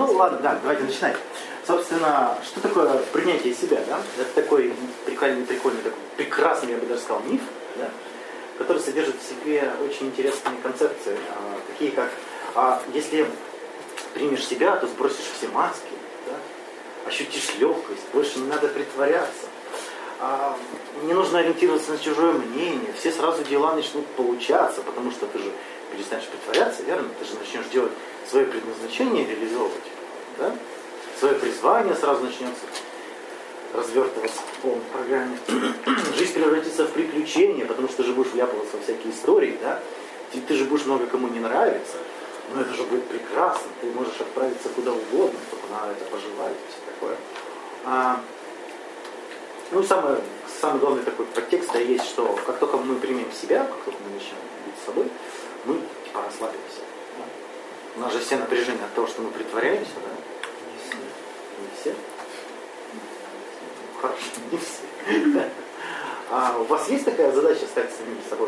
Ну ладно, да, давайте начинать. Собственно, что такое принятие себя, да? Это такой прикольный, такой прекрасный, я бы даже сказал, миф, да? Который содержит в себе очень интересные концепции, такие как, если примешь себя, то сбросишь все маски, да? Ощутишь легкость, больше не надо притворяться, не нужно ориентироваться на чужое мнение, все сразу дела начнут получаться, потому что ты же перестанешь притворяться, верно? Ты же начнешь делать свое предназначение, реализовывать, да? Свое призвание сразу начнется развертываться в полной программе. Жизнь превратится в приключение, потому что ты же будешь вляпываться во всякие истории, да? Ты же будешь много кому не нравиться, но это же будет прекрасно, ты можешь отправиться куда угодно, только надо это пожелать, и все такое. Ну, самый главный такой подтекст есть, что как только мы примем себя, как только мы начнем быть собой, мы типа расслабимся. Да? У нас же все напряжения от того, что мы притворяемся, да? Не все? Хорошо, не все. А у вас есть такая задача стать самим собой?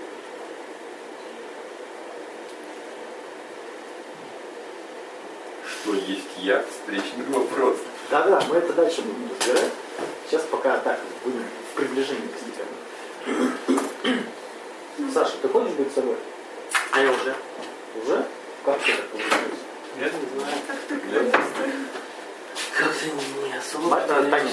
Что есть я? Встречный вопрос. Да-да, мы это дальше будем разбирать. Сейчас пока так будем в приближении постепенно. Саша, ты хочешь быть собой? А я уже. Уже? Как ты так получилось? Я не знаю. Как-то не особо. Таня,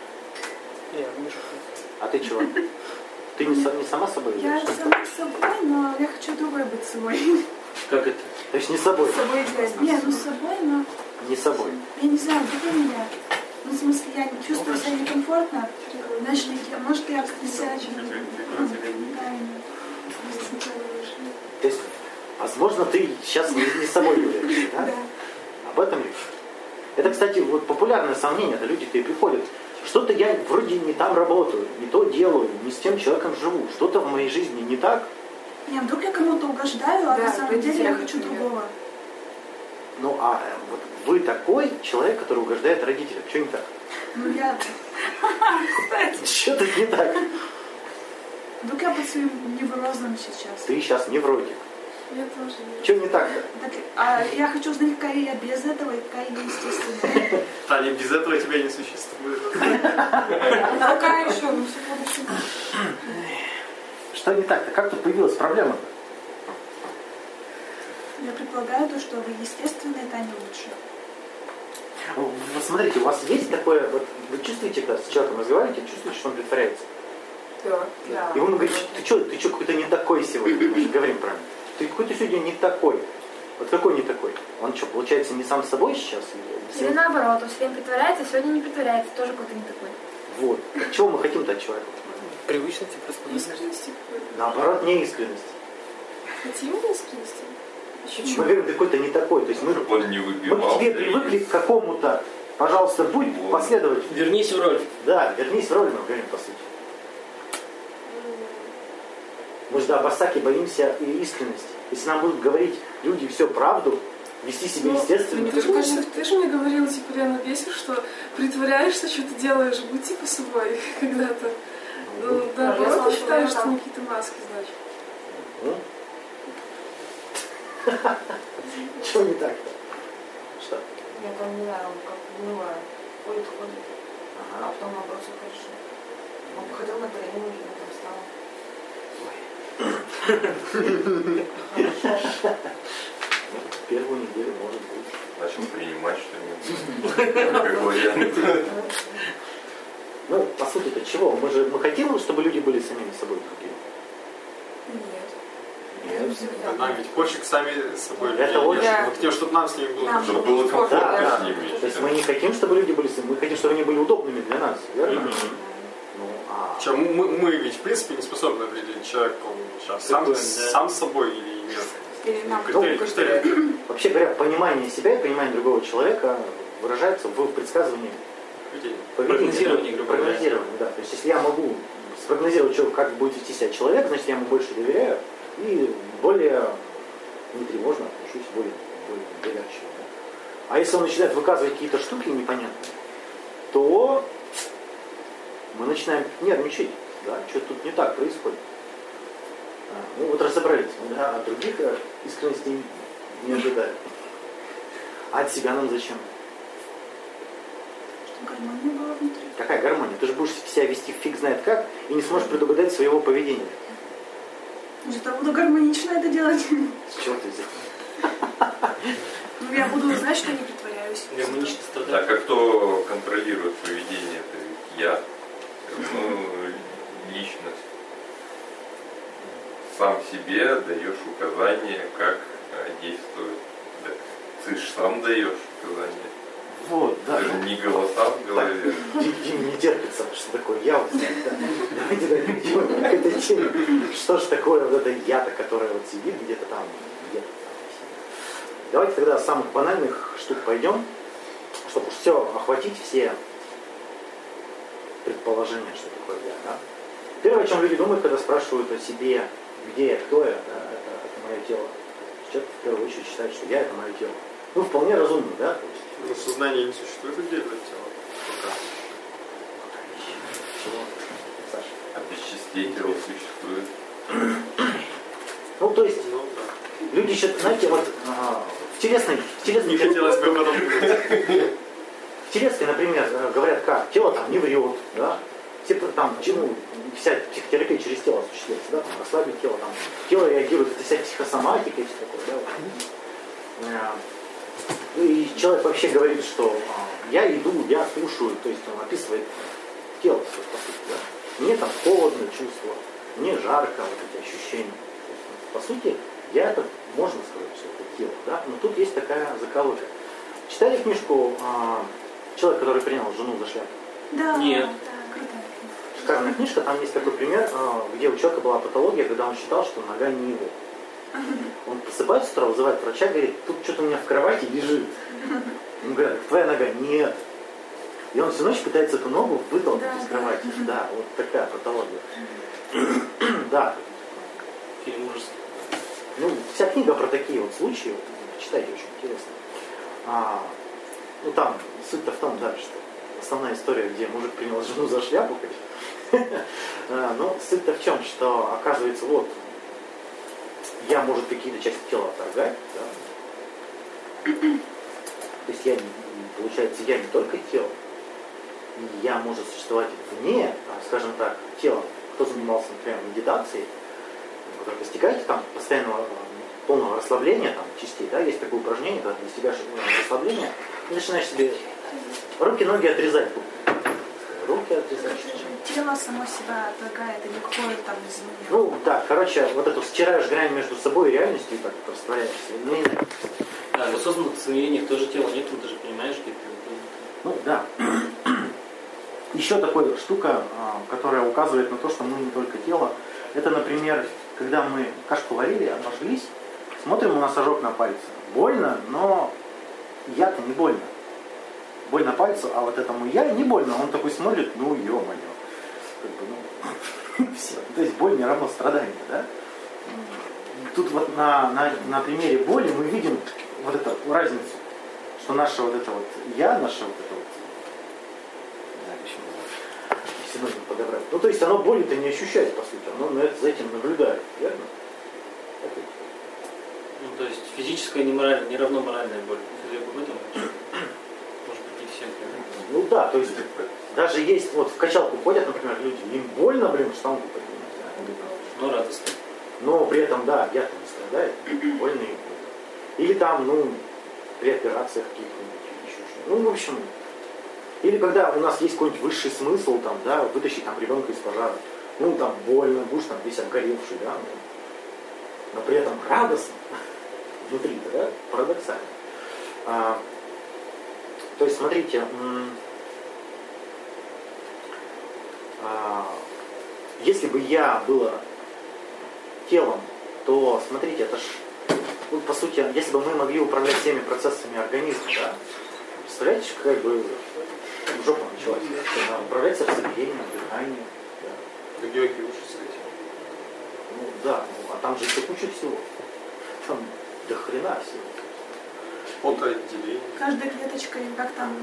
а ты чего? Ты не сама собой Я идешь? сама собой, но я хочу другой быть собой. Как это? То есть не собой? С собой делать. Нет, ну с собой, но... Не собой. Я не знаю, другой меня. Ну, в смысле, я не чувствую себя некомфортно. Значит, может, я как-то себя... То есть, возможно, ты сейчас не собой являешься, да? Да. Об этом речь. Это, кстати, вот популярное сомнение, это люди-то и приходят. Что-то я вроде не там работаю, не то делаю, не с тем человеком живу. Что-то в моей жизни не так. Не, вдруг я кому-то угождаю, а на самом деле я хочу другого. Ну, вот вы такой человек, который угождает родителям. Что не так? Ну, я... Что тут не так? Вдруг я под своим неврозом сейчас. Ты сейчас невротик. Я тоже не... Что не так-то? Так, я хочу узнать, какая я без этого и какая я естественная. Таня, без этого тебя не существует. Какая еще? Ну, все буду. Что не так-то? Как тут появилась проблема-то? Я предполагаю то, что вы естественные, это не лучше. Вот смотрите, у вас есть такое, вот вы чувствуете, когда с человеком разговариваете, чувствуете, что он притворяется? Да. И он говорит, ты что какой-то не такой сегодня? Мы же говорим правильно. Ты какой-то сегодня не такой. Вот какой не такой? Он что, получается, не сам собой сейчас? Или наоборот, он все время притворяется, а сегодня не притворяется, тоже какой-то не такой. Вот. Так чего мы хотим-то от человека? Привычности просто. Искренности. Наоборот, не искренность. Хотим искренности? Мы говорим, ты какой-то не такой. То есть мы Чтобы он не к выбивал. тебе привыкли к какому-то. Пожалуйста, будь последовательным. Вернись в роль. Да, вернись в роль, мы говорим, по сути. Мы же, в Асаке боимся и искренности. Если нам будут говорить люди всю правду, вести себя естественно. Ты же мне говорила, типа, Лена, бесишь, что притворяешься, что ты делаешь, будь типа собой когда-то. Ну, да, наоборот, ты считаешь, что они какие-то маски, значит. Чего не так-то? Что? Я там не знаю, он как гнилая. Ходит. А потом наоборот все хорошо. Он походил на тренинг, и там стало. Первую неделю может быть. Начал принимать что-нибудь. Как вариант. Ну, по сути-то чего? Мы хотим, чтобы люди были самими собой другими? Нет. Нам ведь пофиг сами с собой. Это очень... Мы хотим, чтобы нам с ними было Чтобы хорошо. было комфортно Да. с ними. То есть мы не хотим, чтобы люди были самими, мы хотим, чтобы они были удобными для нас, верно? Мы ведь, в принципе, не способны определить человека, он сейчас сам с собой или нет. Или нам Критерий. Вообще говоря, понимание себя и понимание другого человека выражается в предсказывании поведения. Прогнозировании, грубо говоря. Прогнозировании, да. То есть если я могу спрогнозировать, как будет вести себя человек, значит я ему больше доверяю и более не тревожно отношусь, более доверчиво. Да? А если он начинает выказывать какие-то штуки непонятные, то мы начинаем нервничать, да, что-то тут не так происходит. Ну вот разобрались, мы, да, а других искренностей не ожидаем. А от себя нам зачем? Чтобы гармония была внутри. Какая гармония? Ты же будешь себя вести фиг знает как и не сможешь предугадать своего поведения. Зато буду гармонично это делать. С чего ты взял? Ну, я буду знать, что не притворяюсь. Гармонично Так, страдать. а кто контролирует поведение? Это ведь я. Ну, личность. Сам себе даешь указания, как действовать. Да. Ты же сам даешь указания. Вот, да. Это же не голоса в голове. Диме не терпится, что такое я узнать, да? Давайте перейдем к этой теме. Что же такое вот это я-то, которое вот сидит где-то там, где-то там. Давайте тогда с самых банальных штук пойдем, чтобы уж все охватить, все предположения, что такое я, да? Первое, о чем люди думают, когда спрашивают о себе, где я, кто я, да, это мое тело. Человек в первую очередь считает, что я — это мое тело. Ну, вполне разумно, да? То есть, Но сознание не существует отдельно от тела. Пока. чего? Саша? А без частей тело существует. Ну, то есть, Ну да. люди еще, знаете, вот в телесной Не хотелось бы потом думать. в телесной, например, говорят как, тело там не врет, да? Все там, чему, вся психотерапия через тело осуществляется, да, там, расслабить тело, там, тело реагирует, это вся психосоматика и все такое, да, вот. И человек вообще говорит, что я иду, я кушаю, то есть он описывает тело, по сути, да. Мне там холодно чувство, мне жарко, вот эти ощущения. То есть, по сути, я это, можно сказать, что это тело, да, но тут есть такая заколочка. Читали книжку «Человек, который принял жену за шляпу»? Да, Нет. да, крутая. Шикарная книжка, там есть такой пример, где у человека была патология, когда он считал, что нога не его. Он просыпается с утра, вызывает врача, говорит, тут что-то у меня в кровати лежит. Ему говорят, твоя нога? Нет. И он всю ночь пытается эту ногу вытолкнуть из кровати. Да, вот такая патология. Да. Фильм ужас. Ну, вся книга про такие вот случаи, вот, читайте, очень интересно. Ну там, суть-то в том, да, что основная история, где мужик принял жену за шляпу, но суть-то в чем, что оказывается, вот, я, может, какие-то части тела отторгать, да? То есть я, получается, я не только тело, и я, может, существовать вне, скажем так, тела. Кто занимался, например, медитацией, вы достигаете там постоянного полного расслабления там, частей, да, есть такое упражнение, когда ты достигаешь расслабления, и начинаешь себе руки, ноги отрезать. Руки отрезать. Тело само себя отвергает, и никакое там изменение. Ну, да, короче, вот эту стираешь грань между собой и реальностью, и так растворяешься. Да, в осознанных сомнениях тоже тела нет, ты даже понимаешь, где ты. Ну, да. Еще такая штука, которая указывает на то, что мы не только тело. Это, например, когда мы кашку варили, обожглись, смотрим, у нас ожог на пальце. Больно, но я-то не больно. Больно пальцу, а вот этому я не больно. Он такой смотрит, ну, ё-моё. Как бы, ну, все. То есть боль не равно страдание, да? Тут вот на примере боли мы видим вот эту разницу, что наше вот это вот я, наше вот это вот, не знаю, еще синоним подобрать. Ну, то есть оно боли-то не ощущает, по сути, оно за этим наблюдает, верно? Ну, то есть физическая не равно моральная боль. Если об этом, может быть, и всем. Ну да, то есть даже есть, вот в качалку ходят, например, люди, им больно, блин, штангу поднимать, да? Но радостно. Но при этом, да, я-то не страдает, больно и больно. Или там, ну, при операциях каких-нибудь, или еще что-то. Ну, в общем, или когда у нас есть какой-нибудь высший смысл, там, да, вытащить там ребенка из пожара. Ну, там больно, будешь там весь обгоревший, да, но при этом радостно внутри-то, да, парадоксально. То есть, смотрите, если бы я было телом, то, смотрите, это ж, ну, по сути, если бы мы могли управлять всеми процессами организма, да, представляете, как бы жопа началась, да, управлять сердцебиением, дыханием, да. Йоги лучше с этим. Ну, да, ну, а там же еще куча всего. Там до хрена всего. Потоотделение. Каждая клеточка, как там.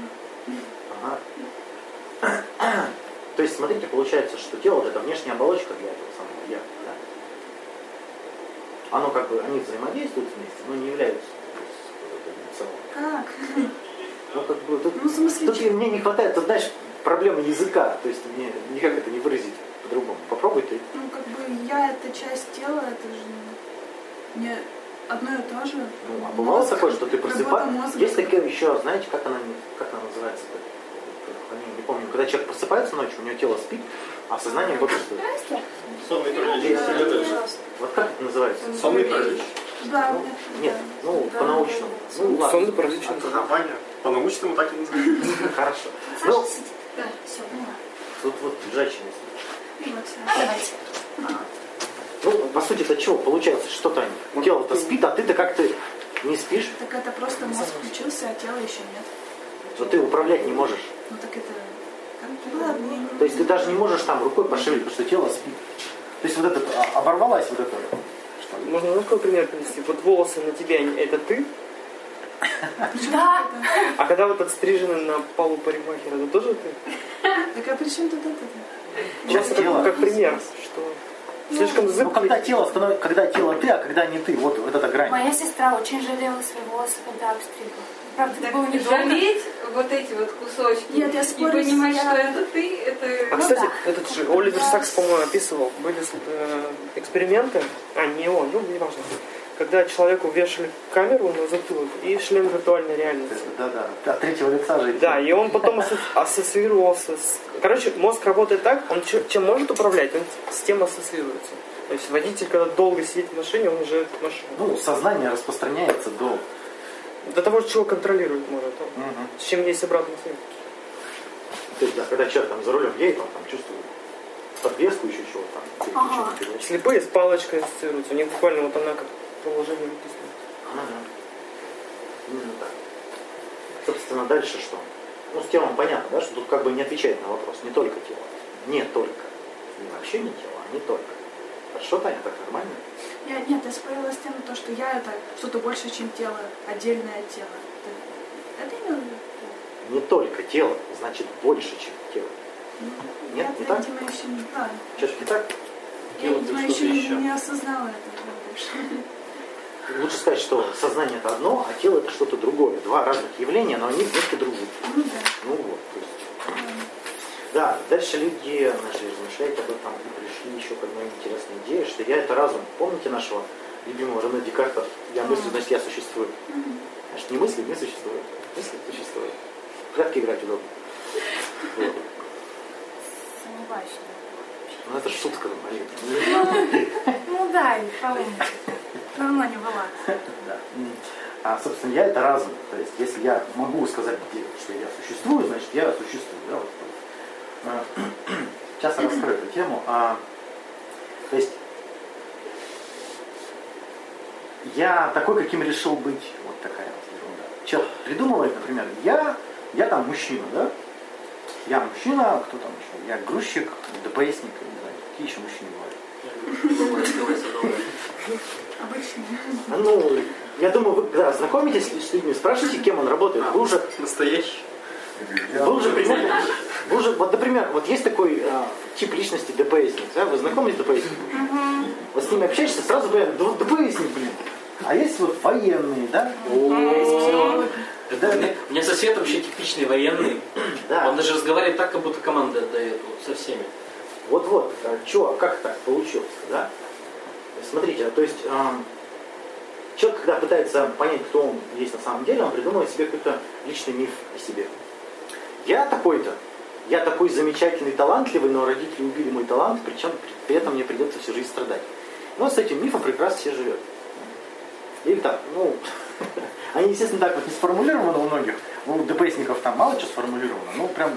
Ага. То есть, смотрите, получается, что тело вот это внешняя оболочка для этого самого я, да? Оно как бы, они взаимодействуют вместе, но не являются одним целым. как? Ну, как бы, тут, Ну, в смысле, тут мне не хватает, ты знаешь, проблемы языка. То есть мне никак это не выразить по-другому. Попробуй ты. ну, как бы я это часть тела, это же не одно и то же. Ну, а бывало Мозг, такое, что ты работа просыпаешься? мозга. Есть такие еще, знаете, как она называется? Не помню. Когда человек просыпается ночью, у него тело спит, а сознание бодрствует. Сонный паралич. Вот как это называется? Сонный паралич. Да, Ну, это нет, да. ну, Да, по-научному. да. Ну, ладно. Сонный паралич. Это нормально. По-научному так и называется. Хорошо. Саша Ну, сидит. Да, все, поняла. тут вот женщины. Ну, вот, Саша. Давайте. Ну, по сути, это чего? Получается, что-то тело-то спит, а ты-то как-то не спишь, Так это просто мозг включился, а тела еще нет. но ты управлять не можешь. Ну так это... Ладно, я не... То есть ты даже не можешь там рукой пошевелить, потому что тело спит. То есть вот это оборвалась вот это. Можно такой пример привести? Вот волосы на тебе, это ты? Да. А когда вот отстрижены на полу парикмахера, это тоже ты? Так а при чем тут это? Часть Просто тела. как пример, что слишком Ну, зыбкий. когда тело становится, когда тело ты, а когда не ты, вот эта грань. Моя сестра очень жалела свои волосы, когда обстригла. Правда, это было недолго. Жалеть вот эти вот кусочки. Нет, я и спорю, понимать, я- что это ты, это... А, Ну кстати, да. этот же Оливер Сакс, по-моему, описывал, были эксперименты, не он, ну, неважно, когда человеку вешали камеру на затылок и шлем виртуальной реальности. Да-да, от третьего лица же. Да, и он потом ассоциировался с... Короче, мозг работает так, он чем может управлять, он с тем ассоциируется. То есть водитель, когда долго сидит в машине, он уже машину. Ну, сознание распространяется До того, чего контролирует может. Мгм. С чем есть обратный свет. То есть, да, когда человек там за рулем едет, он там чувствует подвеску, еще чего там. Ага. переключение. Слепые с палочкой ассоциируются. У них буквально вот она как положение написано. Ага. Именно так. Собственно, дальше что? Ну, с телом понятно, да, что тут как бы не отвечает на вопрос. Не только тело. Не только. Не вообще не тело, а не только. Хорошо, Таня, так нормально? Нет, я спорила с тем, то, что я это что-то больше, чем тело, отдельное тело. Это именно... Не только тело, значит больше, чем тело. Нет, не так? Видимо, еще не... Да. Чашки так? Я, Тело видимо, это еще что-то еще. не осознала это. Лучше сказать, что сознание это одно, а тело это что-то другое. Два разных явления, но они вместе друг другу. Ну да. Ну вот, то есть. Да, дальше люди начали размышлять об этом и пришли еще к одной интересной идее, что я это разум. Помните нашего любимого Рене Декарта? Я мыслю, значит я существую. Значит, не мысли, не существует. Мысли существует. В прятки играть удобно. Вот. Сомневаюсь. Ну это ж шутка, блин. Ну да, и по-моему. Давно не была. Да. А, собственно, я это разум. То есть, если я могу сказать, что я существую, значит, я существую. Да? Вот. Сейчас я раскрою эту тему. То есть, я такой, каким решил быть. Вот такая вот ерунда. Человек придумывает, например, я там мужчина, да? Я мужчина, кто там еще? Я грузчик, ДПСник, не знаю, какие еще мужчины бывают. Обычно. Ну, я думаю, вы когда знакомитесь с людьми, спрашивайте, кем он работает. Вы уже, Настоящий. вы уже, вот, например, вот есть такой тип личности ДПСник, да? Вы знакомы с ДПСником? Вот с ними общаешься, сразу говорят, ДПСник, блин. А есть вот военные, да? Да, У меня сосед вообще типичный военный. да. Он даже разговаривает так, как будто команды отдает вот, со всеми. Вот-вот, как так получилось, да? Смотрите, то есть человек, когда пытается понять, кто он есть на самом деле, он придумывает себе какой-то личный миф о себе. Я такой-то, я такой замечательный, талантливый, но родители убили мой талант, причем при этом мне придется всю жизнь страдать. Ну вот с этим мифом прекрасно все живет. Или так, ну, они, естественно, так вот не сформулированы у многих. У ДПСников там мало чего сформулировано, ну прям,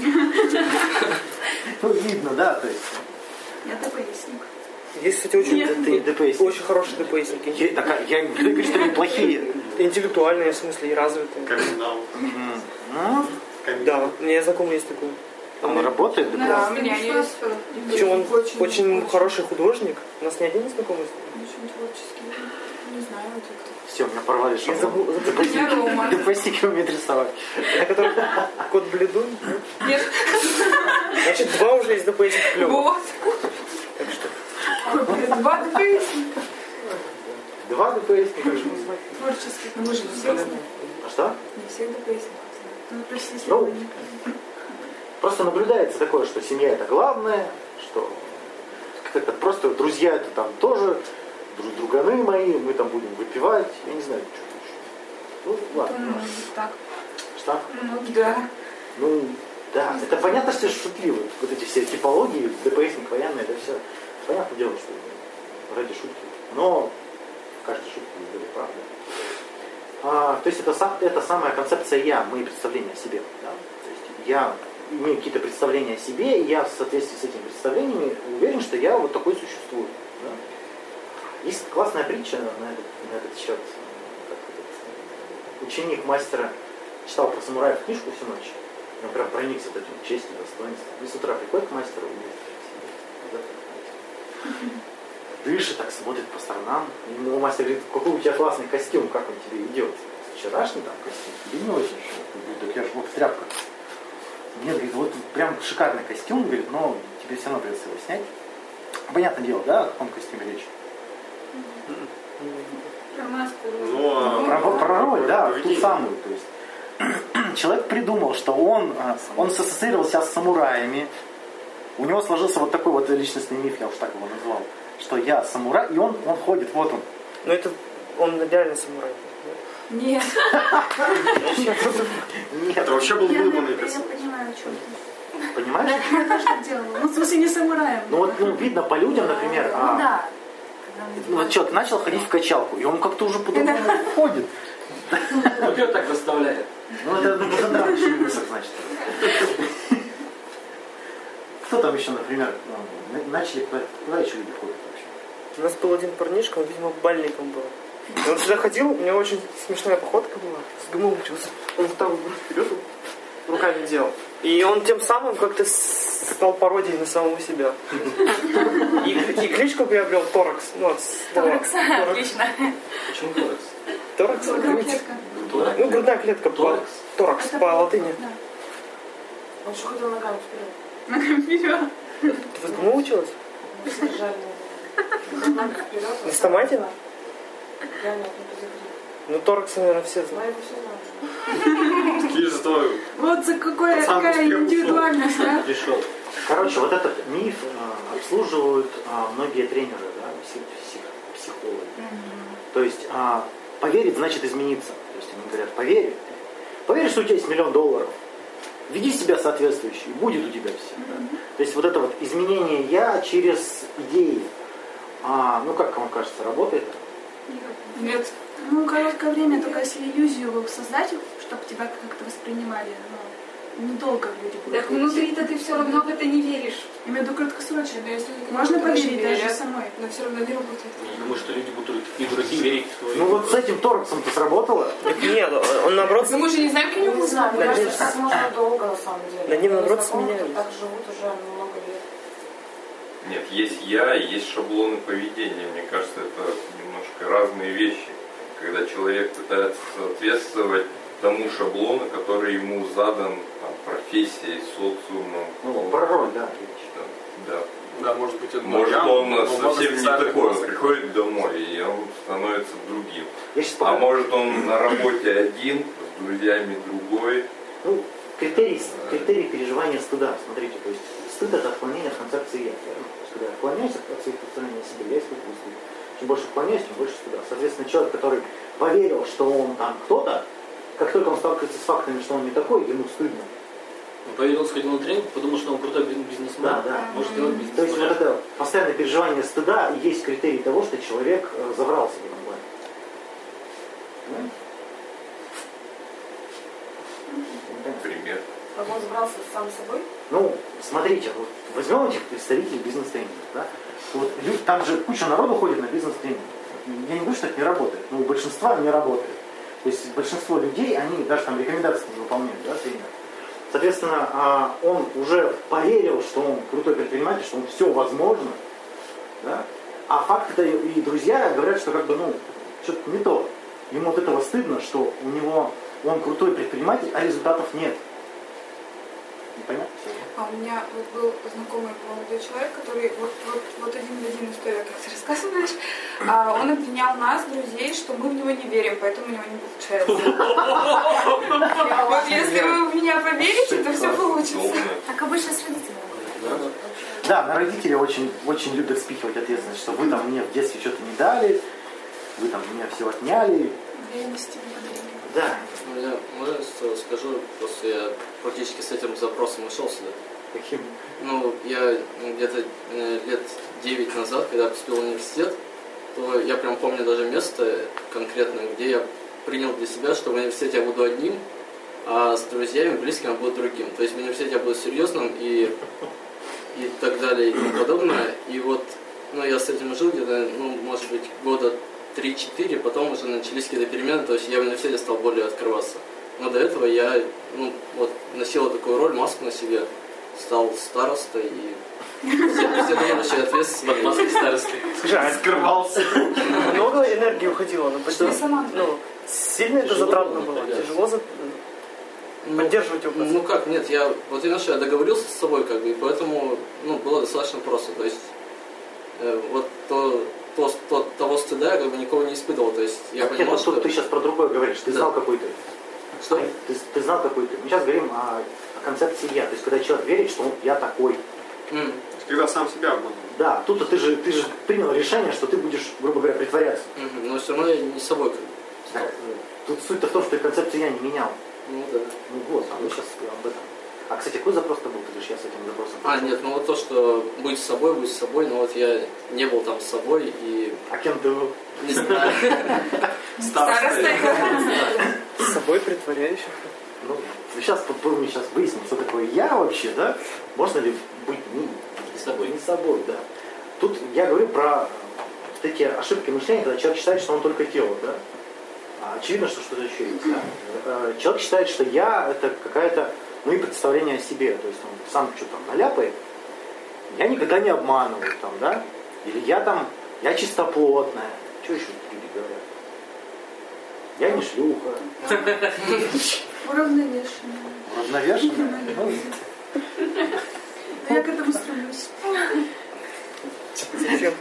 ну видно, да, то есть. Я ДПСник. Есть, кстати, очень, ДПСник. очень хорошие ДПСники. Я не говорю, что они плохие. Интеллектуальные, в смысле, и развитые. Криминал. Ну, Да, у меня знакомый есть такой. он работает, Да, да? у меня есть. Причем он очень хороший художник. У нас ни один не знакомый. Очень творческий. Не знаю, это кто. Все, меня порвали Я забыл. Я Рома. ДПСники умеют рисовать. На котором кот Бледун. Нет. Значит, два уже есть ДПСника клёвых. Вот. Так что. Два ДПСника. Два ДПСника. Творческий. Мы же все А что? Не всех ДПСников знают. Ну, почти Ну, исследование. просто наблюдается такое, что семья это главное, что как-то просто друзья это там тоже, друганы мои, мы там будем выпивать, я не знаю, что еще. Ну, ладно. Ну, может быть, так. Что? Ну, да. Ну, да, это понятно, что шутливо. Вот эти все типологии, ДПСник, военные, это все понятное дело, что ради шутки. Но в каждой шутке не было правды. То есть это самая концепция «я», мои представления о себе. Да? То есть я имею какие-то представления о себе, и я в соответствии с этими представлениями уверен, что я вот такой существую. Да? Есть классная притча на этот счет. Как этот ученик мастера читал про самураев книжку всю ночь. Он прям проникся вот этим честью, достоинством. И с утра приходит к мастеру и дышит, так смотрит по сторонам. И ему мастер говорит: какой у тебя классный костюм, как он тебе идет? Вчерашний там костюм? Тебе не очень шел. Так я же вот в тряпках. Нет, говорит, вот прям шикарный костюм, говорит, но тебе все равно придется его снять. Понятное дело, да, о каком костюме речь? Про маску. Ну, Про роль, да, ту поведение. самую. То есть человек придумал, что он ассоциировал себя с самураями. У него сложился вот такой вот личностный миф, я уж так его назвал, что я самурай, и он ходит, вот он. Ну это он реально самурай. Нет. Нет, это вообще был Я выдуманный персонаж. понимаю, о чем ты. понимаешь? Я тоже так делала. Ну, в смысле, не самураем. Ну вот видно по людям, например, Ну да. вот человек начал ходить в качалку, и он как-то уже по-другому ходит. Ну, кто так выставляет? Ну это Бузандран еще не высок, значит. Кто там еще, например, начали, куда еще люди ходят вообще? У нас был один парнишка, он, видимо, бальником был. И он всегда ходил, у него очень смешная походка была. С ГМО учился. Он вот так вот вперед руками делал. И он тем самым как-то стал пародией на самого себя. И кличку приобрел Торакс. Ну, Торакс, отлично. Почему торакс? Торакс? Клетка. Ну, грудная клетка. Торакс? Торакс, по латыни. Да. Он еще ходил ногами вперед. Ногами вперед. Ты в ГМО училась? Содержали. Ногами вперед. На стомате? Я нет, не позагрел. Ну, Торакс, наверное, все Но знают. я его все знаю. Такие же твою. Вот за какая индивидуальность, да? Пришел. Короче, вот этот миф обслуживают многие тренеры, да, психологи. То есть поверить значит измениться. То есть они говорят: поверь, что у тебя есть $1 миллион, веди себя соответствующе, и будет у тебя все. Да? То есть вот это вот изменение «я» через идеи, ну как вам кажется, работает? Нет. Ну, короткое время, только если иллюзию создать, чтобы тебя как-то воспринимали, но недолго люди будут. Так внутри-то ты все равно в это не веришь. Имею в виду краткосрочно. Но если никогда Можно не поверить даже верят, самой. но все равно не работает. Я думаю, что люди будут такие дураки верить в твою... Ну вот с этим Тораксом-то сработало. Нет, он наоборот... Но мы же не знаем, как Я они не знаю, мне Да, кажется, нет. так можно долго на самом деле. Да, они, наоборот, Знакомые, сменялись. так живут уже много лет. Нет, есть я и есть шаблоны поведения. Мне кажется, это немножко разные вещи. Когда человек пытается соответствовать тому шаблону, который ему задан там, профессией, социумом. Ну, про роль, да. Да. Да, может быть, это Может, вариант, он но совсем много не специальных такой, он массок. приходит домой, и он становится другим. Я сейчас А покажу. может, он на работе один, с друзьями другой. Ну, критерий переживания стыда. Смотрите, то есть стыд — это отклонение от концепции «я». Верно? То есть, когда я отклоняюсь от своих представлений о себе, я испытываю стыд. Чем больше отклоняюсь, тем больше стыда. Соответственно, человек, который поверил, что он там кто-то, как только он сталкивается с фактами, что он не такой, ему стыдно. Он поверил, сходил на тренинг, подумал, что он крутой бизнесмен. Да. Может делать бизнес. То есть вот это постоянное переживание стыда и есть критерий того, что человек заврался в этом плане. Понимаете? Пример. Как он сбрался сам с собой? Ну, смотрите, вот возьмем этих представителей бизнес-тренингов, да? Вот, там же куча народу ходит на бизнес-тренинг. Я не говорю, что это не работает, но у большинства не работает. То есть большинство людей, они даже там рекомендации не выполняют, да, тренер. Соответственно, он уже поверил, что он крутой предприниматель, что он все возможно, да? А факты-то и друзья говорят, что как бы, ну, что-то не то. Ему от этого стыдно, что он крутой предприниматель, а результатов нет. Непонятно? А у меня вот был знакомый молодой человек, который вот один в один история, как ты рассказываешь, он обвинял нас, друзей, что мы в него не верим, поэтому у него не получается. Вот если вы в меня поверите, то все получится. Так обычно с родителями. Да, на родители очень любят спихивать ответственность, что вы там мне в детстве что-то не дали, вы там меня все отняли. Да. Ну, я, можно скажу, просто я практически с этим запросом ушел сюда. Каким? Ну, я где-то лет 9 назад, когда поступил в университет, то я прям помню даже место конкретно, где я принял для себя, что в университете я буду одним, а с друзьями, близкими я буду другим. То есть в университете я буду серьезным и так далее и тому подобное. И вот, ну, я с этим жил где-то, ну, может быть, года 3-4, потом уже начались какие-то перемены, то есть я в университете стал более открываться. Но до этого я, ну, вот, носил такую роль, маску на себе, стал старостой и все думали, что я ответственный. Под маской старосты. Скажи, а Скрывался. много энергии уходило? Ну, сильно это затратно было? Тяжело поддерживать его? Ну как, нет, я вот именно что я договорился с собой, как бы, и поэтому, ну, было достаточно просто. То есть вот того стыда я как бы никого не испытывал. То есть я понимал, что... Ты сейчас про другое говоришь. Ты знал, какой ты. Что? Ты знал, какой ты. Мы сейчас говорим о концепции я. То есть, когда человек верит, что я такой. Когда сам себя обманул. Да, тут ты же принял решение, что ты будешь, грубо говоря, притворяться. Но все равно я не собой как бы стал. Тут суть-то в том, что ты концепцию я не менял. Ну да. Ну вот, а мы сейчас об этом. А, кстати, какой запрос-то был? Ты говоришь, я с этим запросом. Нет, ну вот то, что будь с собой, но вот я не был там с собой и... А кем ты был? Не знаю. Старостой. С собой притворяющим. Ну, сейчас попробуем выяснить, что такое я вообще, да? Можно ли быть не собой, да. Тут я говорю про такие ошибки мышления, когда человек считает, что он только тело, да? А очевидно, что что-то еще есть, да? Человек считает, что я это какая-то мои представления о себе, то есть он сам что-то там наляпает, я никогда не обманываю, там, да? Или я чистоплотная. Что еще люди говорят? Я не шлюха. Уравновешенная. Уравновешенная? Но я к этому стремлюсь. Зачем?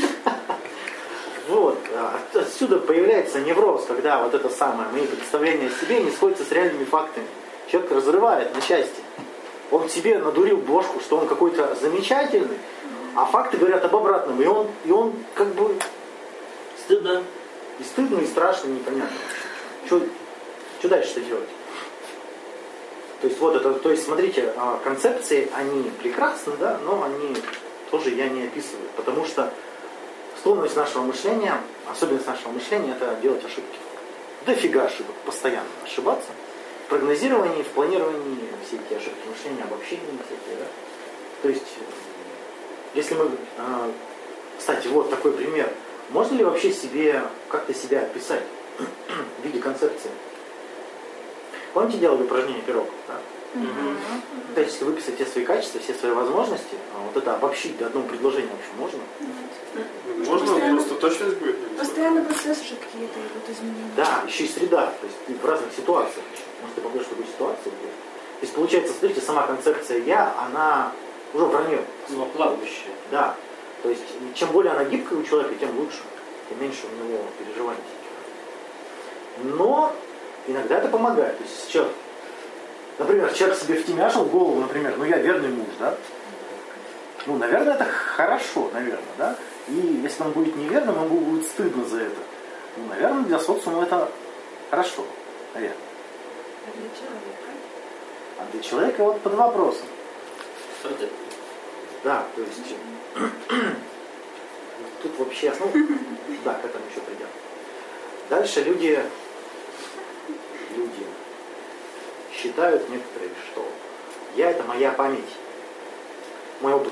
Вот. Отсюда появляется невроз, когда вот это самое, мои представления о себе не сходятся с реальными фактами. Человек разрывает на части. Он себе надурил бошку, что он какой-то замечательный, а факты говорят об обратном. И он как бы стыдно. И стыдно, и страшно, и непонятно. Что дальше-то делать? То есть вот это, то есть смотрите, концепции, они прекрасны, да, но они тоже я не описываю. Потому что склонность нашего мышления, особенность нашего мышления, это делать ошибки. Дофига ошибок, постоянно ошибаться. В прогнозировании, в планировании, все эти ошибки мышления, обобщения всякие, да. То есть, если мы, кстати, вот такой пример. Можно ли вообще как-то себя описать в виде концепции? Помните, делали упражнение Пирогова, да? То есть, если выписать все свои качества, все свои возможности, вот это обобщить до одного предложения вообще можно? Можно, просто точность будет. Постоянно процессы же какие-то идут изменения. Да, еще и среда, то есть ты в разных ситуациях. Может, ты попадешь в такую ситуацию? То есть, получается, смотрите, сама концепция «я», она уже вранье. Плавающая. Да. То есть, чем более она гибкая у человека, тем лучше, тем меньше у него переживаний. Но иногда это помогает. То есть, например, человек себе втемяшил в голову, например, я верный муж, да? Наверное, это хорошо, наверное, да? И если он будет неверным, ему будет стыдно за это. Наверное, для социума это хорошо, наверное. А для человека вот под вопросом. Да, то есть тут вообще, да, к этому еще придем. Дальше люди считают некоторые, что я это моя память, мой опыт.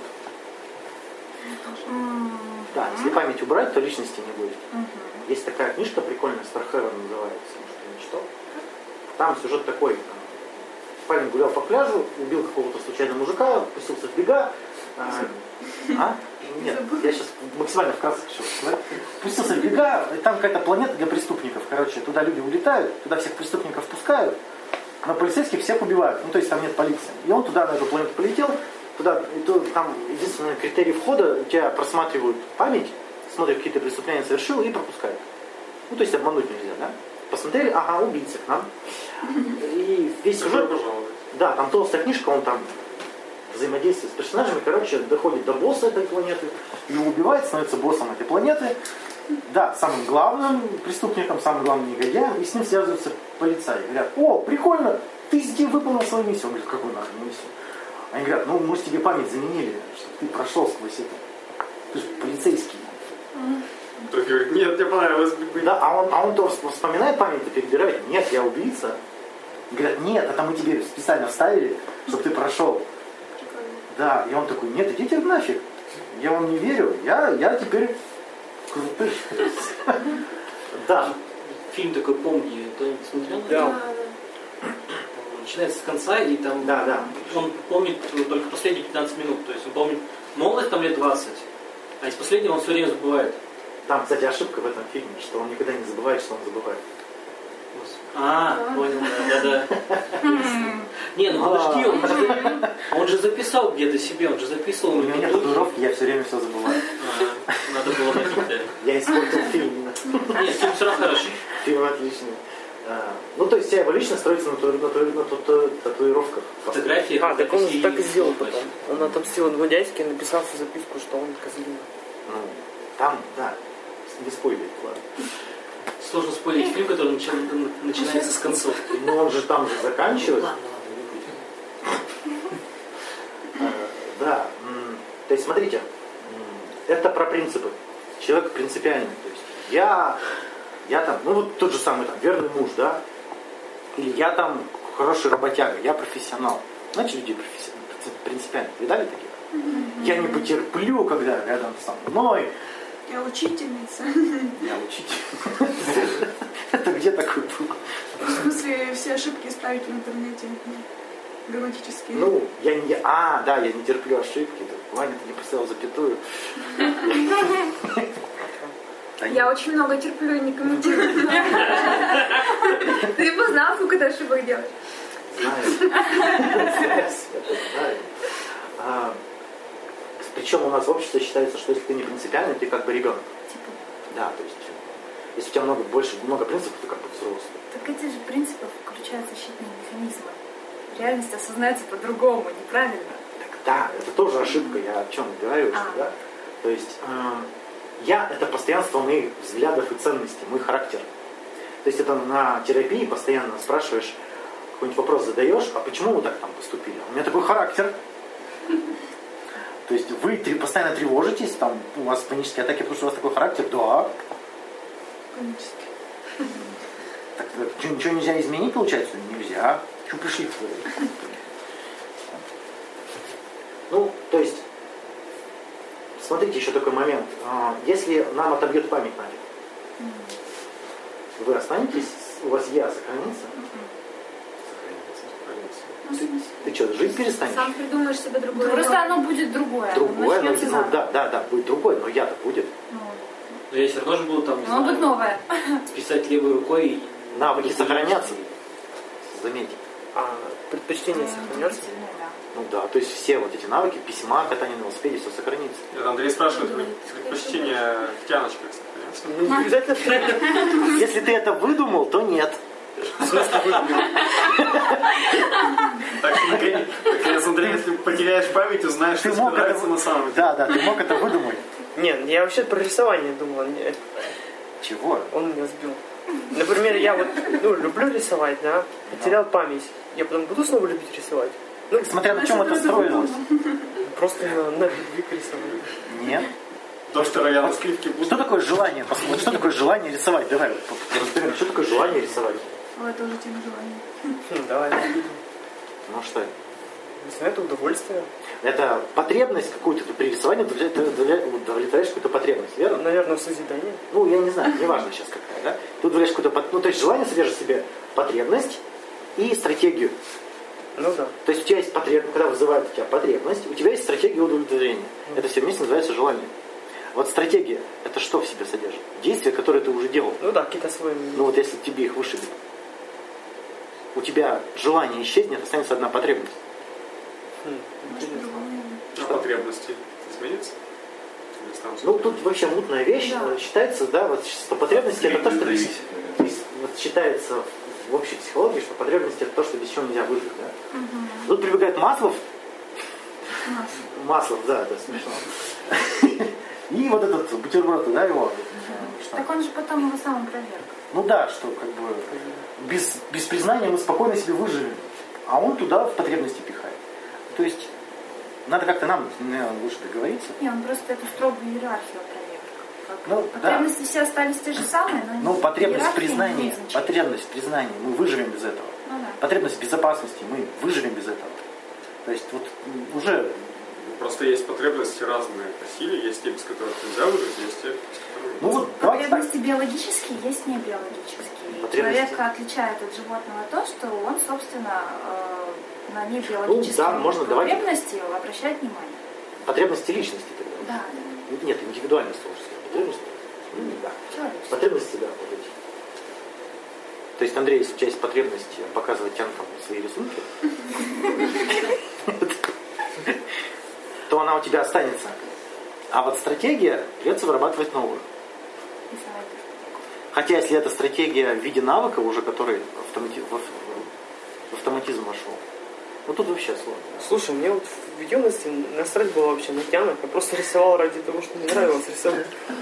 Да, если память убрать, то личности не будет. Есть такая книжка прикольная, Стархевен называется, может, ты не читал? Там сюжет такой. Парень гулял по пляжу, убил какого-то случайного мужика, пустился в бега. Нет, я сейчас максимально вкратце хочу сказать. Пустился в бега, и там какая-то планета для преступников. Короче, туда люди улетают, туда всех преступников пускают. но полицейских всех убивают. Ну, то есть там нет полиции. И он туда, на эту планету полетел, туда, и там единственный критерий входа, у тебя просматривают память, смотрят, какие ты преступления совершил и пропускают. Ну, то есть обмануть нельзя, да? Посмотрели, ага, убийца к нам. И весь сюжет... Да, там толстая книжка, он там взаимодействует с персонажами, короче, доходит до босса этой планеты, его убивает, становится боссом этой планеты. Да, самым главным преступником, самым главным негодяем, и с ним связываются полицаи. Говорят, о, прикольно, ты выполнил свою миссию. Он говорит, какую нахрен миссию? Они говорят, ну, мы же тебе память заменили, чтобы ты прошел сквозь это. Ты же полицейский. Тот говорит, нет, мне понравилось бы. Да, а он то вспоминает память и перебирает, нет, я убийца. Говорят, нет, это мы тебе специально вставили, чтобы ты прошел. Да, и он такой, нет, идите нафиг. Я вам не верю, я теперь крутый. Да. Фильм такой, помни, кто-нибудь смотрел? Да. Начинается с конца, и там он помнит только последние 15 минут. То есть он помнит молодость там лет 20, а из последнего он все время забывает. Там, кстати, ошибка в этом фильме, что он никогда не забывает, что он забывает. Понял, да. Не, ну подожди, он же записал где-то себе, он же записывал. У меня нет татуировки, я все время все забываю. Надо было набить, да. Я испортил фильм. Нет, фильм все равно хороший. Фильм отличный. Ну, то есть вся его личность строится на татуировках. Фотографии. Так он так и сделал потом. Он отомстил одному дядьке и написал в записку, что он козлина. Ну, там, да, не спойлерить, ладно. Сложно спойлерить фильм, который начинается с концовки. Но он же там же заканчивает. Ладно, не буду. Да. То есть, смотрите, это про принципы. Человек принципиальный. То есть, я там, ну вот тот же самый там, верный муж, да? Или я там хороший работяга, я профессионал. Знаете, людей принципиально. Видали таких? Я не потерплю, когда рядом со мной. Я учительница. Я учитель. Это где такое было? В смысле, все ошибки исправить в интернете. Грамматические. Ну, я не терплю ошибки. Ваня, ты не поставил запятую. Я очень много терплю и не комментирую. Ты бы знал, сколько ты ошибок делаешь. Знаю. Причем у нас в обществе считается, что если ты не принципиальный, ты как бы ребенок. Да, то есть, если у тебя много принципов, ты как бы взрослый. Так эти же принципы включают защитные механизмы. Реальность осознается по-другому, неправильно. Так да, это тоже ошибка, я о чем говорю, что, да? То есть, это постоянство моих взглядов и ценностей, мой характер. То есть это на терапии постоянно спрашиваешь, какой-нибудь вопрос задаешь, а почему вы так там поступили? У меня такой характер. То есть вы постоянно тревожитесь, там у вас панические атаки, потому что у вас такой характер? Да. Панический. Так, ничего нельзя изменить, получается? Нельзя. Чего пришли? Ну, то есть, смотрите, еще такой момент. Если нам отобьет память нафиг, вы останетесь, у вас я сохранится? Ты что, жить перестанешь? Сам придумаешь себе другое. Просто оно будет другое. Другое, да, будет другое, но я-то будет. Но я все равно же буду там, не Оно будет знаю, новое. писать левой рукой. Навыки сохранятся. Заметьте. А предпочтение сохранется? Ну да, то есть все вот эти навыки, письма, катание на велосипеде, все сохранится. Андрей спрашивает, предпочтение в тяночках сохранится? Не обязательно. Если ты это выдумал, то нет. Так, наконец, Андрей, если потеряешь память, узнаешь, что тебе нравится на самом деле. Да, ты мог это выдумать. Нет, я вообще про рисование думал. Чего? Он меня сбил. Например, я вот люблю рисовать, да, потерял память. Я потом буду снова любить рисовать. Ну, смотря на чем это строилось. Просто на любви к рисованию. Нет. Доктора я на скрипке буду. Что такое желание? Что такое желание рисовать? Давай разберем, что такое желание рисовать. Ой, тоже тема желания. Давай. Ну что? Не знаю, это удовольствие. Это потребность какую-то при рисовании, удовлетворяешь какую-то потребность, верно? Наверное, в созидании. Ну, я не знаю, неважно сейчас какая, да? Ты удовлетворяешь какую-то, то есть желание содержит в себе потребность и стратегию. Ну да. То есть у тебя есть потребность, когда вызывает у тебя потребность, у тебя есть стратегия удовлетворения. Это все вместе называется желание. Вот стратегия, это что в себе содержит? Действия, которые ты уже делал. Ну да, какие-то свои. Ну вот если тебе их вышибет. у тебя желание исчезнет, останется одна потребность. А потребности изменятся? Ну, тут вообще мутная вещь. Считается, да, вот что потребности это то, что вот считается в общей психологии, что потребности это то, что без чего нельзя выжить, да? Тут прибегает Маслов. Маслов, да, это смешно. И вот этот бутерброд, да, его. Так он же потом его сам опроверг. Ну да, что как бы без признания мы спокойно себе выживем. А он туда в потребности пихает. То есть надо как-то нам, наверное, лучше договориться. Не, он просто эту строгую иерархию опроверг. Ну, потребности все остались те же самые, но потребность признания, мы выживем без этого. Ну, да. Потребность безопасности, мы выживем без этого. То есть вот уже... Просто есть потребности разные по силе, есть те, без которых нельзя выжить, есть те, без которых... Ну, вот, потребности биологические, есть не биологические. Человека отличает от животного то, что он, собственно, на небиологические потребности обращает внимание. Потребности личности тогда. Да. Нет, индивидуальность тоже. Потребности? Да. Потребности, да, вот эти. То есть, Андрей, если у тебя есть потребность показывать тянкам свои рисунки, то она у тебя останется. А вот стратегия, придется вырабатывать новую. Хотя, если это стратегия в виде навыка уже, который в автоматизм вошел, ну тут вообще сложно. Слушай, мне вот в юности насрать было вообще на тянок. Я просто рисовал ради того, что мне нравилось рисовать.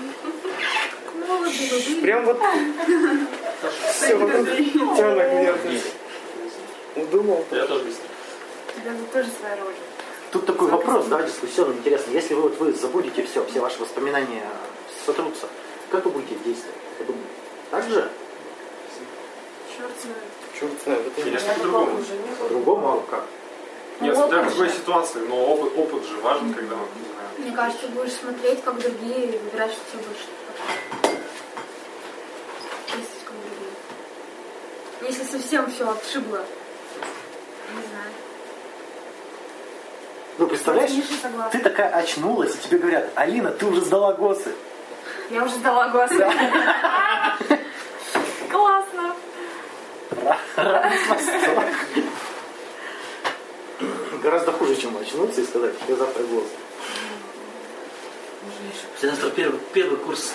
Прям вот все вокруг тянок мне удумал. Я тоже рисую. У тебя тоже своя роль. Тут такой вопрос, да, дискуссионный, интересный. Если вы забудете все ваши воспоминания сотрутся, как вы будете действовать? Я думаю, так же? Черт знает. Конечно, по-другому. По-другому, а как? Нет, смотря в какой ситуации, но опыт же важен, когда мы знаем. Мне кажется, будешь смотреть, как другие, и выбирать, что тебе больше подходит. Как другие. Если совсем все отшибло, не знаю. Ну, представляешь, ты такая очнулась, и тебе говорят: Алина, ты уже сдала ГОСы. Я уже сдала ГОСы. Классно. Гораздо хуже, чем очнуться и сказать: тебе завтра ГОС. Завтра первый курс.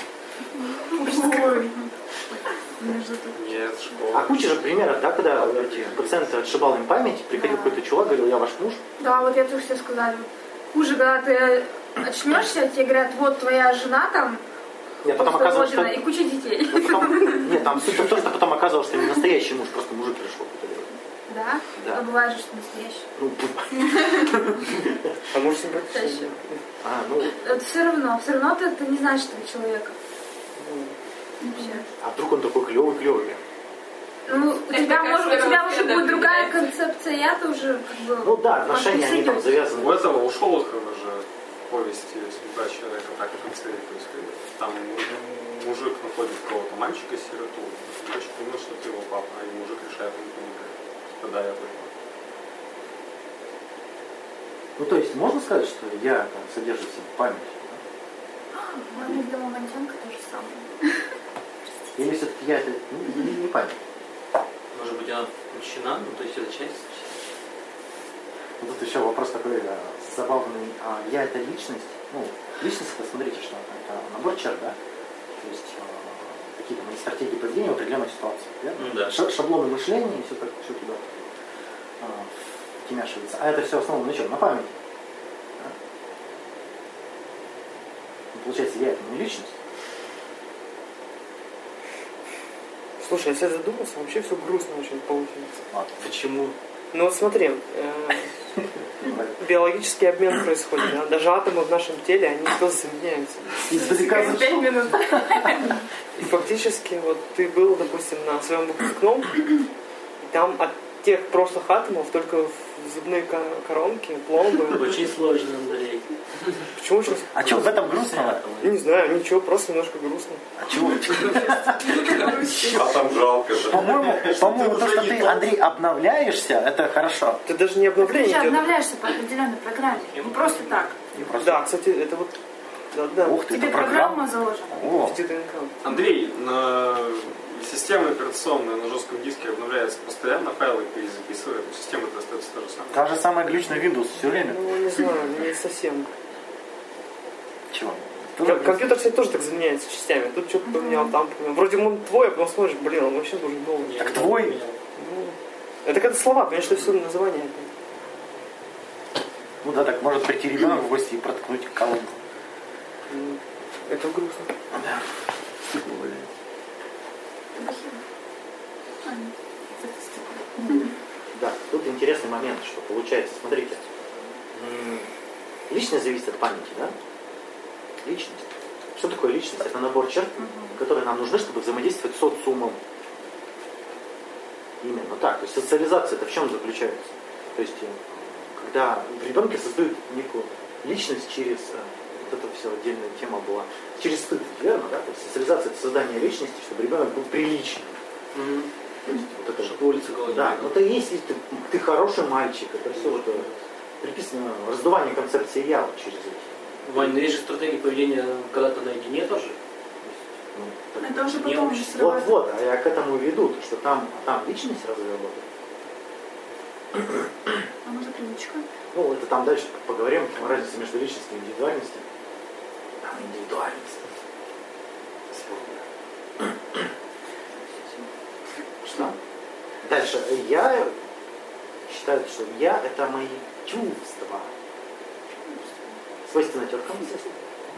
Нет, школа. А куча же примеров, да, когда эти пациенты отшибал им память, приходил какой-то чувак, говорил: я ваш муж. Да, вот я тоже все сказали. Хуже, когда ты очнешься, тебе говорят: вот твоя жена там, нет, потом оказалось, что... и куча детей. Нет, там суть в том, что потом оказалось, что не настоящий муж, просто мужик пришел. Да? Да. А бывает же, что настоящий. А может симпатичный? Это все равно ты не знаешь этого человека. А вдруг он такой клевый? Ну, у тебя уже будет другая концепция, я-то уже как бы... Ну да, отношения, они там завязаны. У этого, у Шолохова же в повести «Судьба человека» так в конце происходит. Там мужик находит кого-то мальчика-сироту, мальчик думает, что это его папа, и мужик решает ему помогать. Да, я понял. Ну, то есть, можно сказать, что я там содержу в себе память? Маме для Мамонтенко то же самое. Или все-таки я это не память? Может быть, она включена, ну, то есть это часть? Вот тут еще вопрос такой забавный. Я это личность? Ну, личность, это, смотрите, что это набор черт, да? То есть какие-то мои стратегии поведения в определенной ситуации. Ну, да. Шаблоны мышления и все туда втемяшивается. А это все основано на чем? На памяти. Да? Ну, получается, я это не личность. Слушай, если задуматься, вообще все грустно очень получается. Почему? Ну вот смотри, биологический обмен происходит, да? Даже атомы в нашем теле, они просто соединяются. Издалека 5 минут. И фактически, вот ты был, допустим, на своем выпускном, и там от тех прошлых атомов только в зубные коронки, пломбы. Очень сложно, Андрей. Почему очень? А что в этом грустного? Не знаю, ничего, просто немножко грустно. А чего? А там жалко. По-моему, то, что ты, Андрей, обновляешься, это хорошо. Ты даже не обновление. Ты же обновляешься по определенной программе. Не просто так. Да, кстати, это вот... Да. Ух ты, тебе это программа заложена. О. Андрей, система операционная на жестком диске обновляется постоянно, файлы перезаписывает, но система остается та же самая. Та же самая глючная Windows все время. Ну, не знаю, не совсем. Чего? Компьютер, кстати, тоже так заменяется частями. Тут что-то поменял, там поменял. Вроде он твой, а потом смотришь, блин, он вообще должен был. Так твой? Ну, это когда слова, конечно, все название. Ну да, так может прийти ребенок в гости и проткнуть колонку. Это грустно. Да. Да, тут интересный момент, что получается, смотрите, личность зависит от памяти, да? Личность. Что такое личность? Это набор черт, которые нам нужны, чтобы взаимодействовать с социумом. Именно так. То есть социализация это в чем заключается? То есть, когда в ребенке создают некую личность через, вот это все отдельная тема была, через стыд, верно, да? То есть социализация это создание личности, чтобы ребенок был приличным. То есть, вот это чтобы улица голодная. Да, но это если ты хороший мальчик, это все вот приписано раздувание концепции я вот через эти. Вань, но есть же стратегия поведения, когда ты наедине тоже. Ну, это уже потом уже срывается. Вот, а я к этому веду, что там личность разве работает? А может привычка? Ну, это там дальше поговорим, разница между личностью и индивидуальностью. Там индивидуальность. Что? Дальше. Я считаю, что я это мои чувства. Свойственно теткам, естественно.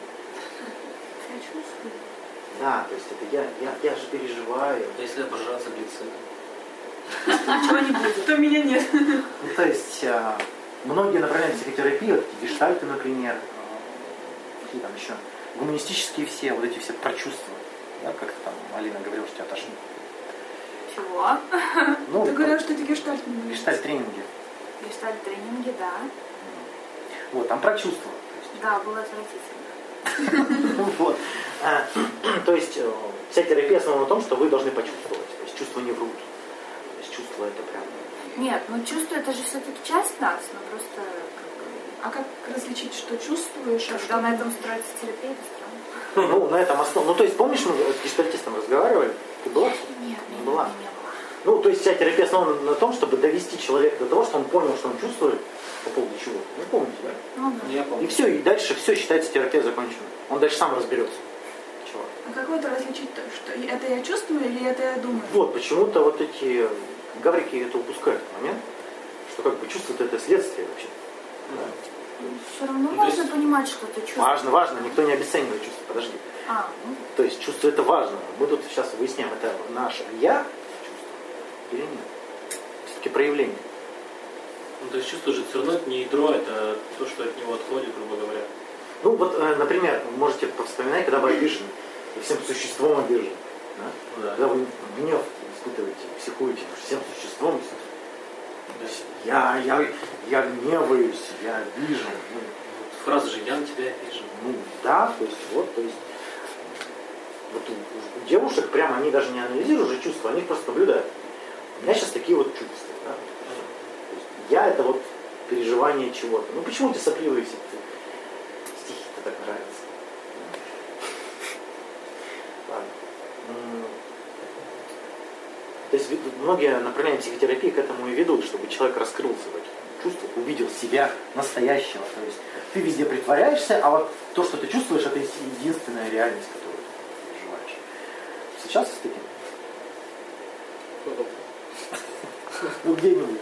Я чувствую. Да, то есть это я же переживаю. А если обожаться глицидом? Ничего не будет. То меня нет. Ну, то есть многие направления психотерапии, вот эти гештальты, например, какие там еще, гуманистические все, вот эти все про чувства. Да, как-то там Алина говорила, что тебя тошнит. Чего? Ну, ты говорил, что это гештальт. Гештальт-тренинги. Гештальт-тренинги, да. Вот, там про чувства. Да, было отвратительно. Вот. То есть вся терапия основана на том, что вы должны почувствовать. То есть чувства не врут. То есть чувства это прям... Нет, ну чувство это же все-таки часть нас, но просто... А как различить, что чувствуешь? Когда на этом строится терапия, это странно. Ну, на этом основе. Ну, то есть, помнишь, мы с гештальтистом разговаривали? Ты была? Нет, не была. Не была. Ну, то есть вся терапия основана на том, чтобы довести человека до того, что он понял, что он чувствует по поводу чего. Вы помните, да? Ну, да. Я помню. И все, и дальше все считается терапия закончена. Он дальше сам разберется. Чего? А как вот различить, что это я чувствую или это я думаю? Вот, почему-то вот эти гаврики это упускают момент, что как бы чувство это следствие вообще. Да. Все равно важно понимать, что ты чувствуешь. Важно, никто не обесценивает чувство, подожди. Ну. То есть чувство это важно. Мы тут сейчас выясняем, это наше я чувство или нет. Все-таки проявление. Ну, то есть чувство же все равно это не ядро, это то, что от него отходит, грубо говоря. Ну вот, например, вы можете повспоминать, когда вы обижены, и всем существом обижены. Да? Да. Когда вы гнев испытываете, психуете, всем существом. Да. Я гневаюсь, я обижен. Фраза же «я на тебя обижен». Ну да, то есть вот, то есть вот у девушек прямо они даже не анализируют уже чувства, они просто наблюдают. У меня сейчас такие вот чувства. Да? То есть я это вот переживание чего-то. Ну почему тебе сопливые все стихи-то так нравятся? Ладно. То есть многие направления психотерапии к этому и ведут, чтобы человек раскрылся в этих чувствах, увидел себя настоящего. То есть ты везде притворяешься, а вот то, что ты чувствуешь, это единственная реальность, которую ты переживаешь. Сейчас с таким? Ну где-нибудь.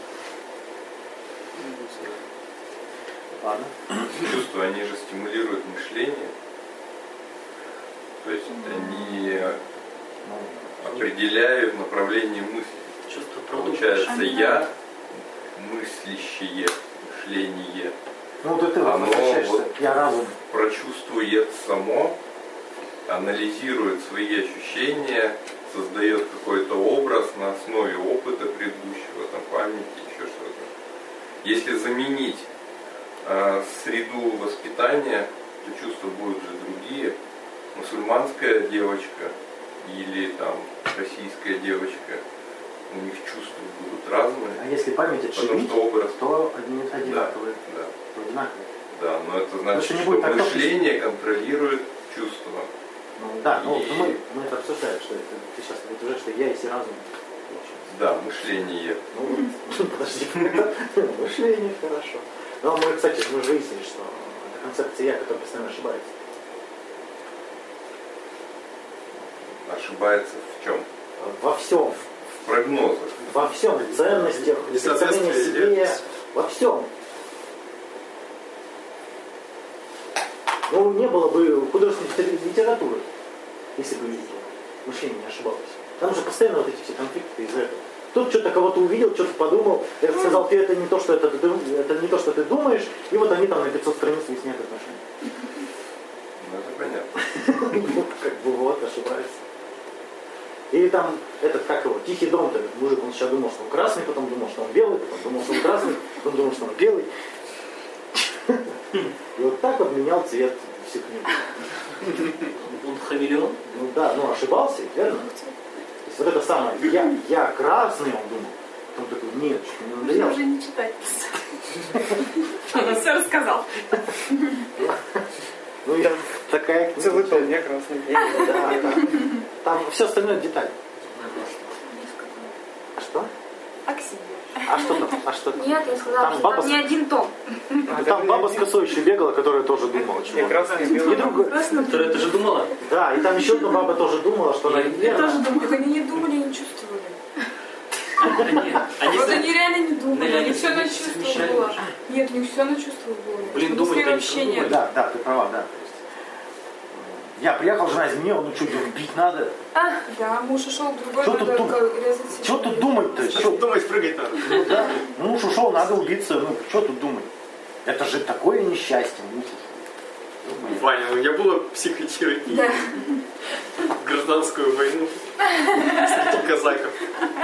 Ладно. Чувства, они же стимулируют мышление. То есть они определяют направление мысли. Чувство получается, я мыслящее мышление. Ну вот это оно вот я разум. Прочувствует само, анализирует свои ощущения, создает какой-то образ на основе опыта предыдущего, там, памяти, еще что-то. Если заменить среду воспитания, то чувства будут же другие. Мусульманская девочка или там российская девочка, у них чувства будут разные. А если память отшибить, то одинаковые. Да. Одинаковые. Да, но это значит, что мышление контролирует чувства. Ну, да, ну мы это обсуждали, что это, ты сейчас утверждаешь, что я есть и разум. Да, мышление. Ну, подожди. Мышление, хорошо. Но мы, кстати, мы же выяснили, что это концепция я, которая постоянно ошибается. Ошибается в чем? Во всем. В прогнозах. Во всем. В ценностях, в представлении о себе, во всем. Ну, не было бы художественной литературы, если бы мышление не ошибалось. Там же постоянно вот эти все конфликты из-за этого. Тут что-то кого-то увидел, что-то подумал, я сказал, ты это не то, что это не то, что ты думаешь, и вот они там на 500 страниц выясняют отношения. Ну, это понятно. Как бы вот, ошибается. Или там, этот, как его, Тихий дом, этот мужик, он сначала думал, что он красный, потом думал, что он белый, потом думал, что он красный, потом думал, что он белый. И вот так вот менял цвет всех книг. Он хамелеон? Ну да, ну ошибался, верно? То есть вот это самое, я красный, он думал. Потом такой, нет, что мне надоело. Можно уже не читать. Он все рассказал. Ну я такая... Целый том, я красный. Да. Там все остальное детали. А что? Аксинья. А что там? А что там? Нет, я сказала, что там не один том. Там баба с косой еще бегала, которая тоже думала. Я красный, белый. Которая ты же думала? Да, и там еще одна баба тоже думала, что она Я тоже думала, они не думали, не чувствовали. Вот они реально не думали, они все на чувство было. Нет, у них все на чувство было. Блин, думать вообще нет. Да, ты права, да. Я приехал, жена из меня, ну что, бить надо? Да, муж ушел, другой Что надо резать себя. Что тут думать-то? Что думать, прыгать надо? Ну да, муж ушел, надо убиться, ну что тут думать? Это же такое несчастье, муж ушел. Ваня, у меня была психотерапия. Да. Гражданскую войну среди казаков.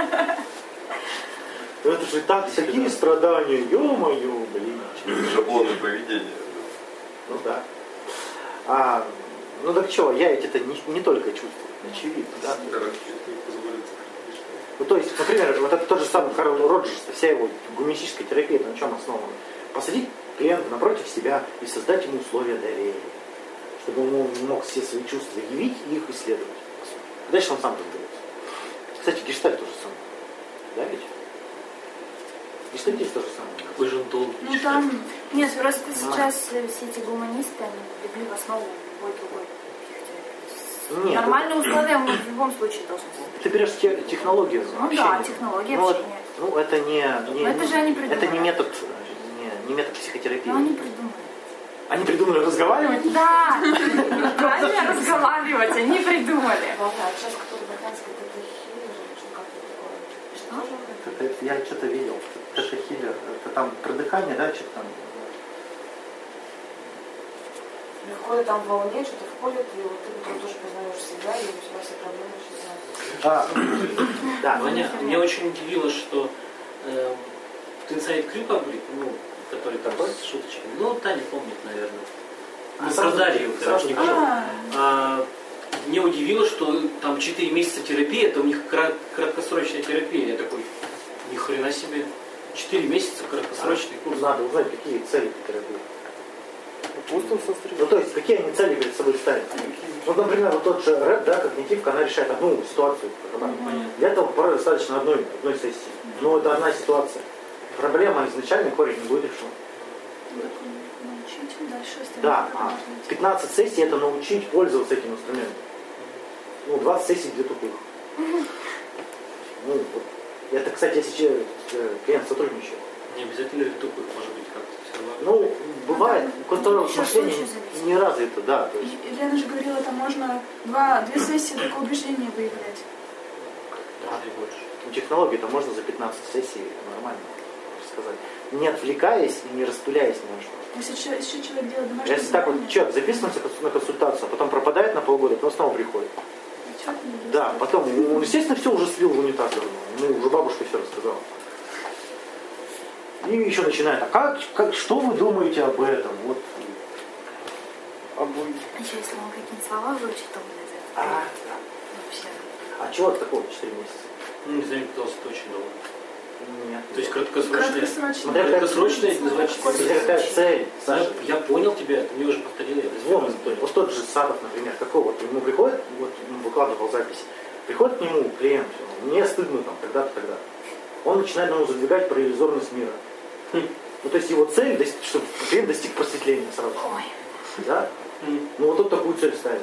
Это же так, такие страдания, ё-моё, блин. Шаблоны поведения. Ну да. Ну так что, я ведь это не только чувствую, очевидно, да? Ну то есть, например, вот это тот же самый Карл Роджерс, вся его гуманистическая терапия на чем основана? Посадить клиента напротив себя и создать ему условия доверия, чтобы он мог все свои чувства явить и их исследовать. Дальше он сам разберется. Кстати, гештальт тоже самое. Да ведь? Гештальтист тоже самое. Какой же он долгий. Ну там, нет, просто сейчас все эти гуманисты, они легли в основу любой другой психотерапии. Нормальные условия мы в любом случае должны быть. Ты берешь технологию общения. Да, технология общения. Ну это это же они придумали. Это не метод психотерапии. Но они придумали. Они придумали разговаривать? Да! Правильно разговаривать, они придумали. А сейчас кто-то британский тета-хиллер, что такое? Что? Я что-то видел. Тета-хиллер. Это там про дыхание, да, что-то там? Легко там в волне, что-то входит, и вот ты тоже познаешь себя, и у тебя все проблемы исчезают. Да. Меня очень удивило, что Inside Crew Public, который там с шуточками, Таня помнит, наверное. Мы продали ее, короче, мне удивило, что там 4 месяца терапии, это у них краткосрочная терапия. Я такой, ни хрена себе, 4 месяца краткосрочный курс. Надо узнать, какие цели терапии. Ну то есть, какие они цели перед собой ставят. Вот, например, вот тот же рэп, да, когнитивка, она решает одну ситуацию. Для этого порой достаточно одной сессии. Но это одна ситуация. Проблема изначально корень не будет решен. Да, 15 сессий это научить пользоваться этим инструментом. 20 сессий для тупых. Это, кстати, если клиент сотрудничает. Не обязательно для тупых, может быть, как-то все равно. Бывает, у которого мышление не развито, да. То есть. Лена же говорила, там можно 2 сессии только убеждения выявлять. Да, и больше. Технологии-то можно за 15 сессий нормально сказать. Не отвлекаясь и не распыляясь ни на что. Если еще человек делает домашнее Если так вот человек записывается на консультацию, а потом пропадает на полгода, потом снова приходит. Да, потом, он, естественно, все уже слил в унитаз. Уже бабушка все рассказала. И еще начинает, что вы думаете об этом? Вот. Еще если он какие-то слова выучит, то будет вообще. А чего такого 4 месяца? Не знаю, мне казалось, это очень долго. Нет. То есть краткосрочная. Краткосрочная называется какая цель, Саша. Я понял тебя, ты мне уже повторил. Вот тот же Садов, например, какой вот ему приходит, вот ему выкладывал запись, приходит к нему клиент, мне стыдно там тогда-то, тогда-то. Он начинает ему задвигать про иллюзорность мира. Ну, то есть его цель, чтобы клиент достиг просветления сразу. Да? Ну, вот тут такую цель ставит.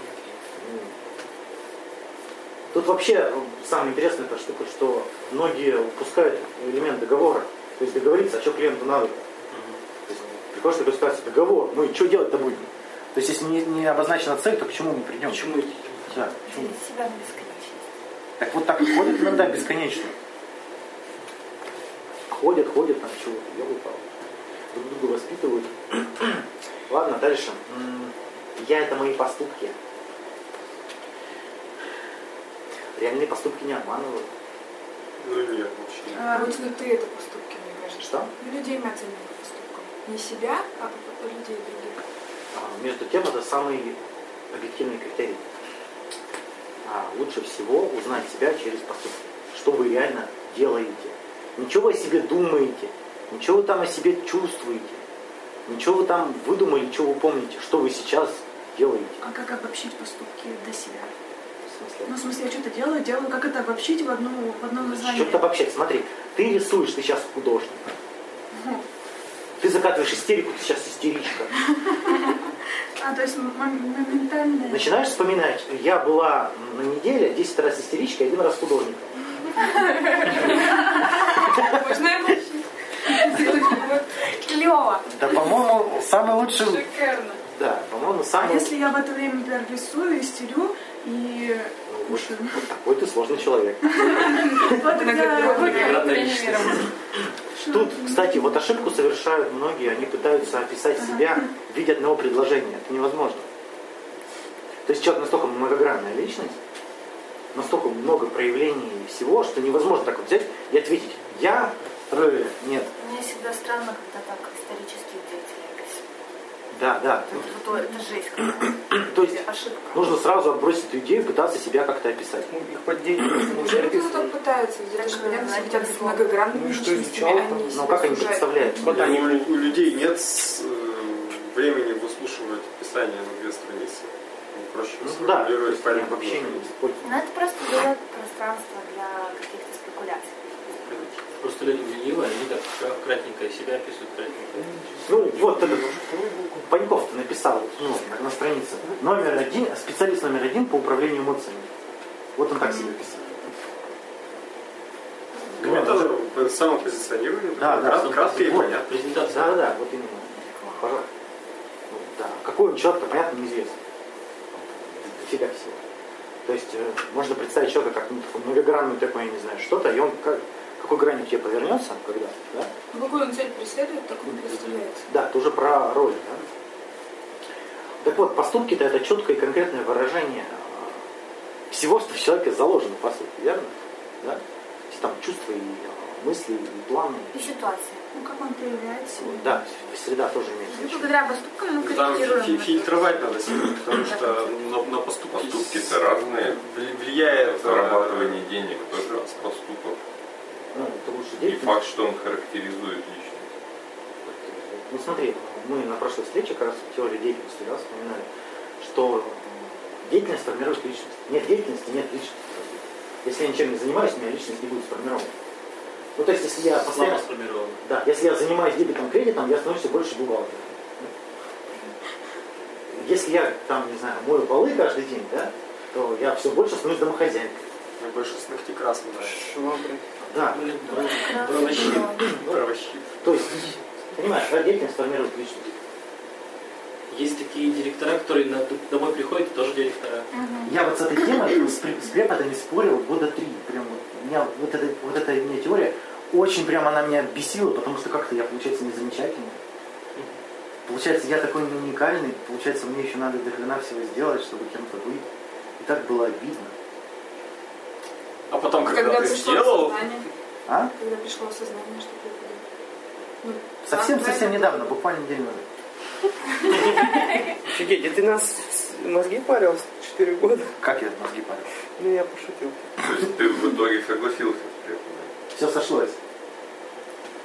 Тут вообще самое интересное эта штука, что многие упускают элемент договора. То есть договориться, а что клиенту надо. То есть приходишь в такую ситуацию, договор, мы что делать-то будем? То есть если не обозначена цель, то почему мы придем? Почему? Да. Себя на бесконечность. Так вот так и ходит иногда бесконечно. Ходят, там чего-то, я упал. Друг друга воспитывают. Ладно, дальше. Я — это мои поступки. Реальные поступки не обманывают. Ну нет, вообще. Обычно ты это поступки, мне кажется. Что? Людей мы оцениваем по поступкам. Не себя, а по людей других. Между тем, это самый объективный критерий. Лучше всего узнать себя через поступки. Что вы реально делаете. Ничего вы о себе думаете. Ничего вы там о себе чувствуете. Ничего вы там выдумали, ничего вы помните. Что вы сейчас делаете. А как обобщить поступки для себя? В смысле? Ну, в смысле, я что-то делаю, как это обобщить в одно название? Что-то обобщать. Смотри, ты рисуешь, ты сейчас художник. Ты закатываешь истерику, ты сейчас истеричка. То есть моментально... Начинаешь вспоминать, я была на неделе 10 раз истеричкой, 1 раз художником. Можно я обобщить? Клево. Да, по-моему, самый лучший... Шикарно. Да, по-моему, самый... А если я в это время, например, рисую, истерю и кушаю? Вот такой ты сложный человек. Вот тогда... Тут, кстати, вот ошибку совершают многие, они пытаются описать себя в виде одного предложения. Это невозможно. То есть человек настолько многогранная личность, настолько много проявлений всего, что невозможно так вот взять и ответить. Я... Нет. Мне всегда странно, когда так исторические деятели описывают. Да. Это жесть какая-то. То есть ошибка. Нужно сразу отбросить эту идею и пытаться себя как-то описать. Их поддельные. Уже кто-то пытается взять, что понятно, сидят с многогранными личностями. Ну как они представляют? Вот у людей нет времени выслушивать описание на 2 страницы. Проще сформулировать парень вообще не используют. Но это просто дает пространство для каких-то спекуляций. Просто люди ленивые, они так кратненько себя описывают, кратненько. Ну вот этот Паньков-то написал на странице. Специалист номер 1 по управлению эмоциями. Вот он так себе писал. Это самопозиционирование. Да. Кратко и понятно. Презентация. Да, вот именно. Пожалуйста. Да. Какой он человек, понятно, неизвестно. Дофига всего. То есть можно представить человека как многогранный такой, я не знаю, что-то, и он какой гранью тебе повернется, когда, да? Ну, какую он цель преследует, так он представляется. Да, это уже про роль, да? Так вот, поступки-то это четкое и конкретное выражение всего, что в человеке заложено, по сути, верно? Да? Там чувства и мысли, и планы. И ситуации. Ну, как он проявляется. Да, среда тоже имеет значение. Благодаря поступкам мы Там корректируем. фильтровать надо себя, потому что на поступки... Поступки-то разные. Влияет... Зарабатывание денег тоже от поступок. Это лучше Не факт, что он характеризует личность. Ну смотри, мы на прошлой встрече как раз в теории деятельности вспоминали, что деятельность формирует личность. Нет деятельности, нет личности. Если я ничем не занимаюсь, у меня личность не будет сформирована. Ну то есть если я постоянно... Да, если я занимаюсь дебетом, кредитом, я становлюсь больше бухгалтером. Если я там, не знаю, мою полы каждый день, да, то я все больше становлюсь домохозяйкой. Мне больше с ногти красным нравится. Да. То есть, понимаешь, деятельность формирует личность. Есть такие директора, которые домой приходят, тоже директора. Я вот с этой темой, с преподами спорил года 3. Прям вот, меня, вот эта меня теория, очень прям она меня бесила, потому что как-то я, получается, не замечательный. Получается, я такой не уникальный, получается, мне еще надо до хрена всего сделать, чтобы кем-то быть. И так было обидно. А потом, когда ты сделал... А? Когда пришло осознание, что ты... Совсем недавно, буквально неделю назад. Офигеть, и ты нас мозги парил 4 года? Как я мозги парил? Ну, я пошутил. То есть ты в итоге согласился с преподом? Все сошлось.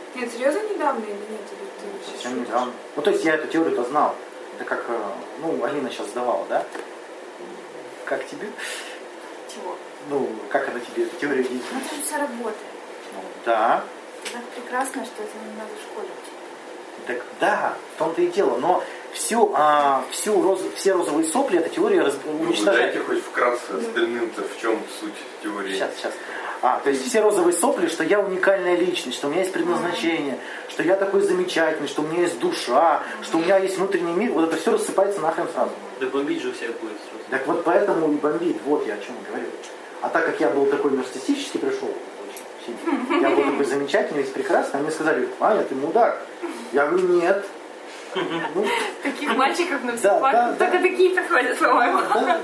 Нет, серьезно недавно или нет? Совсем недавно. Ну, то есть я эту теорию-то знал. Это как, ну, Алина сейчас сдавала, да? Как тебе? Чего? Ну, как она тебе, эта теория деятельности? Ну, это же все работает. Ну, да. Так прекрасно, что это не надо в школе учить. Так, да, в том-то и дело. Но все розовые сопли эта теория уничтожает. Дайте хоть вкратце остальным-то, в чем суть теории. Сейчас. То есть все розовые сопли, что я уникальная личность, что у меня есть предназначение, что я такой замечательный, что у меня есть душа, что у меня есть внутренний мир, вот это все рассыпается нахрен сразу. Да бомбить же всех будет сразу. Так вот поэтому и бомбит, вот я о чем говорю. А так как я был такой нарциссический, пришел, я был такой замечательный, весь прекрасный, они сказали: Аня, ты мудак. Я говорю: нет. Ну, таких мальчиков на психфак, только такие подходят, по-моему.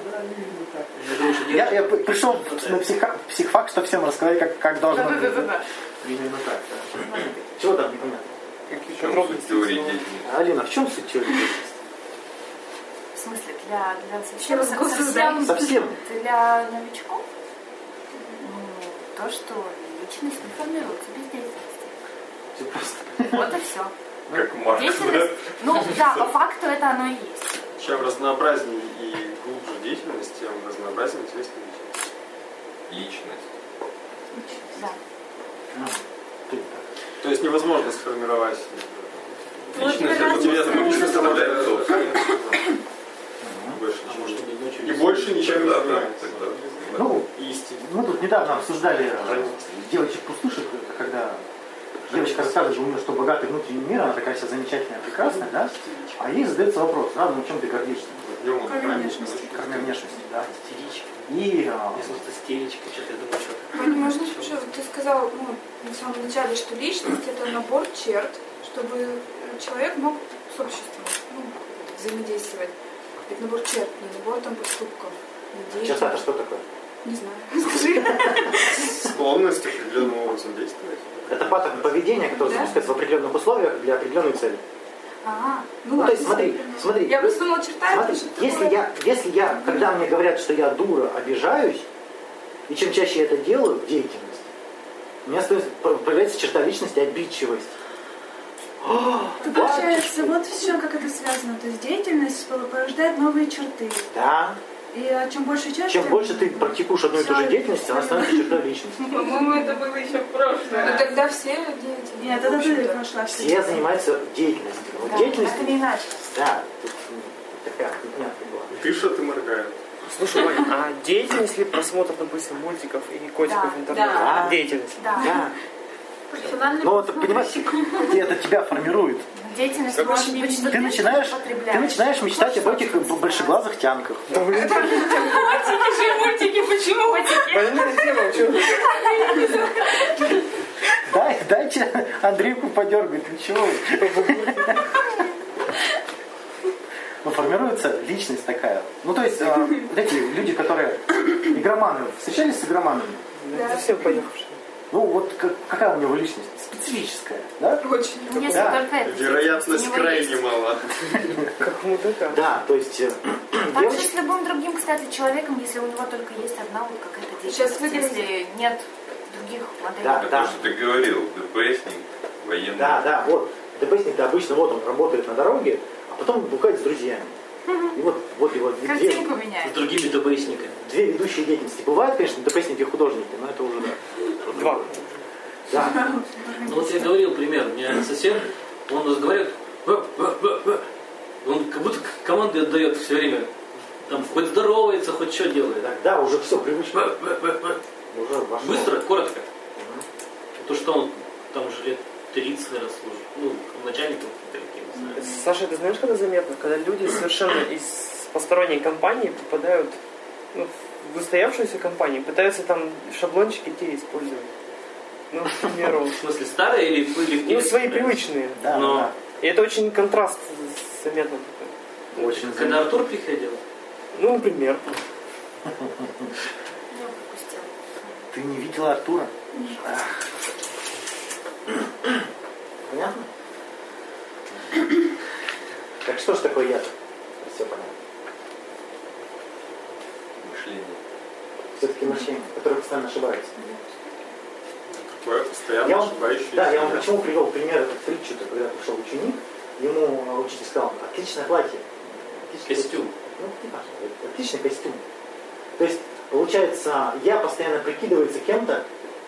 Я пришел на психфак, чтобы всем рассказать, как должно быть. Да. Именно так, да. Чего там непонятно? В чем суть теории деятельности? Алина, в чем суть теории деятельности? В смысле, для совсем для новичков? Ну, то, что личность не формируется без деятельности. Вот и все. Как Маркс, деятельность, ну да, по факту это оно и есть. Чем разнообразнее и глубже деятельность, тем разнообразнее интереснее личность. Да. То есть невозможно сформировать Личность составляет собственность. И больше ничем не занимается. Ну, мы тут недавно обсуждали девочек-пустышек, когда девочка рассказывает, у нее что богатый внутренний мир, она такая вся замечательная, прекрасная, да? А ей задается вопрос: ну чем ты гордишься? Кроме внешности. Кроме внешности, да. Истеричка. И... Истеричка, что-то я думаю, что-то. Понимаешь, что ты сказал, на самом начале, что личность это набор черт, чтобы человек мог с обществом взаимодействовать. Это набор черт, не набор там поступков. Черта это что такое? Не знаю, скажи. Склонность определенным образом действовать. Это паттерн поведения, который запускается в определенных условиях для определенной цели. Ну то есть смотри. Я просто думала, черта. Если я, когда мне говорят, что я дура, обижаюсь, и чем чаще я это делаю в деятельности, у меня появляется черта личности обидчивость. То получается, вот все, как это связано. То есть деятельность порождает новые черты. Да. И чем больше черт, чем больше ты практикуешь одну и ту же деятельность, она становится чертой личности. По-моему, это было еще в прошлом. Но тогда все деятельности. Нет, это ты прошла. Все занимаются деятельностью. Да, деятельностью. Это не иначе. Да, тут такая непонятная была. Ты что-то моргаешь. Слушай, Вань, а деятельность ли просмотр, допустим, мультиков или котиков в интернете? Да. Деятельность. Да. Профессиональный ну вот, понимаешь, это тебя формирует. Деятельность может быть, что ты начинаешь мечтать об этих большеглазых тянках. Мультики же, мультики, почему мультики? Больная тема, Дайте Андрейку подергать, ты чего? Ну, формируется личность такая. Ну, то есть, вот эти люди, которые игроманы, встречались с игроманами? Да. Совсем поехавшие. Ну, вот какая у него личность? Специфическая, да? Очень. Вероятность крайне мала. Как мудака. Да, то есть... Так же с любым другим, кстати, человеком, если у него только есть одна вот какая-то деятельность. Если нет других моделей. Да, то, что ты говорил, ДПСник, военный. Да, вот. ДПСник-то обычно вот он работает на дороге, а потом бухает с друзьями. И вот его картинку меняет. С другими ДПСниками. Две ведущие деятельности. Бывают, конечно, ДПСники-художники, но это уже да. Два. Да. Ну вот я говорил пример. У меня сосед, он разговаривает, он как будто команды отдает все время. Там хоть здоровается, хоть что делает. Да, уже все привычно. Быстро, коротко. То, что он там уже лет 30, наверное, служит. Ну, начальником таким. Саша, ты знаешь, когда заметно? Когда люди совершенно из посторонней компании попадают в устоявшуюся компанию, пытаются там шаблончики те использовать. Ну, к примеру. В смысле, старые или ну, свои привычные. Да, но... да. И это очень контраст заметно. Очень когда Артур приходил? Ну, например. Я пропустила. Ты не видела Артура? Нет. Понятно? Так что ж такое яд? Все понятно. Мышление. Все-таки мышление, которое постоянно ошибается. Такое постоянно ошибающееся. Да, я вам почему привел пример эту притчу, когда пришел ученик, ему учитель сказал, отличное платье. Костюм. Ну, не важно, отличный костюм. То есть, получается, я постоянно прикидывается кем-то,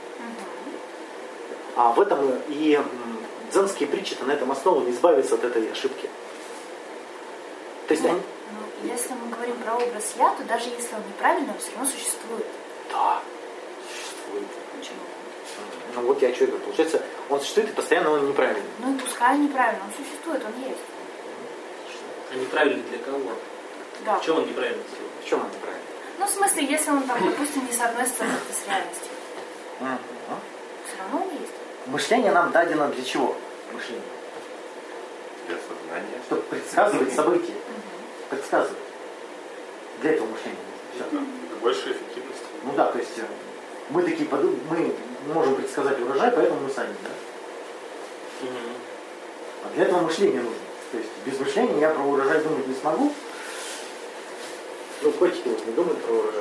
а в этом и дзенские притчи-то на этом основаны, избавиться от этой ошибки. То есть они... Если мы говорим про образ «я», то даже если он неправильный, он все равно существует. Да, существует. Почему? Ну вот я что говорю, получается, он существует и постоянно он неправильный. Ну и пускай неправильно, он существует, он есть. А неправильный для кого? Да. В чем он неправильный? В чем он неправильный? Ну, в смысле, если он там, допустим, не соотносится как-то с реальностью. Все равно он есть. Мышление нам дадено для чего? Мышление. Для сознания. Чтобы предсказывать события. Предсказывать. Для этого мышления нужно. Для большей эффективности. Ну да, то есть мы такие мы можем предсказать урожай, поэтому мы сами, да? А для этого мышление нужно. То есть без мышления я про урожай думать не смогу. Ну, котики вот не думают про урожай.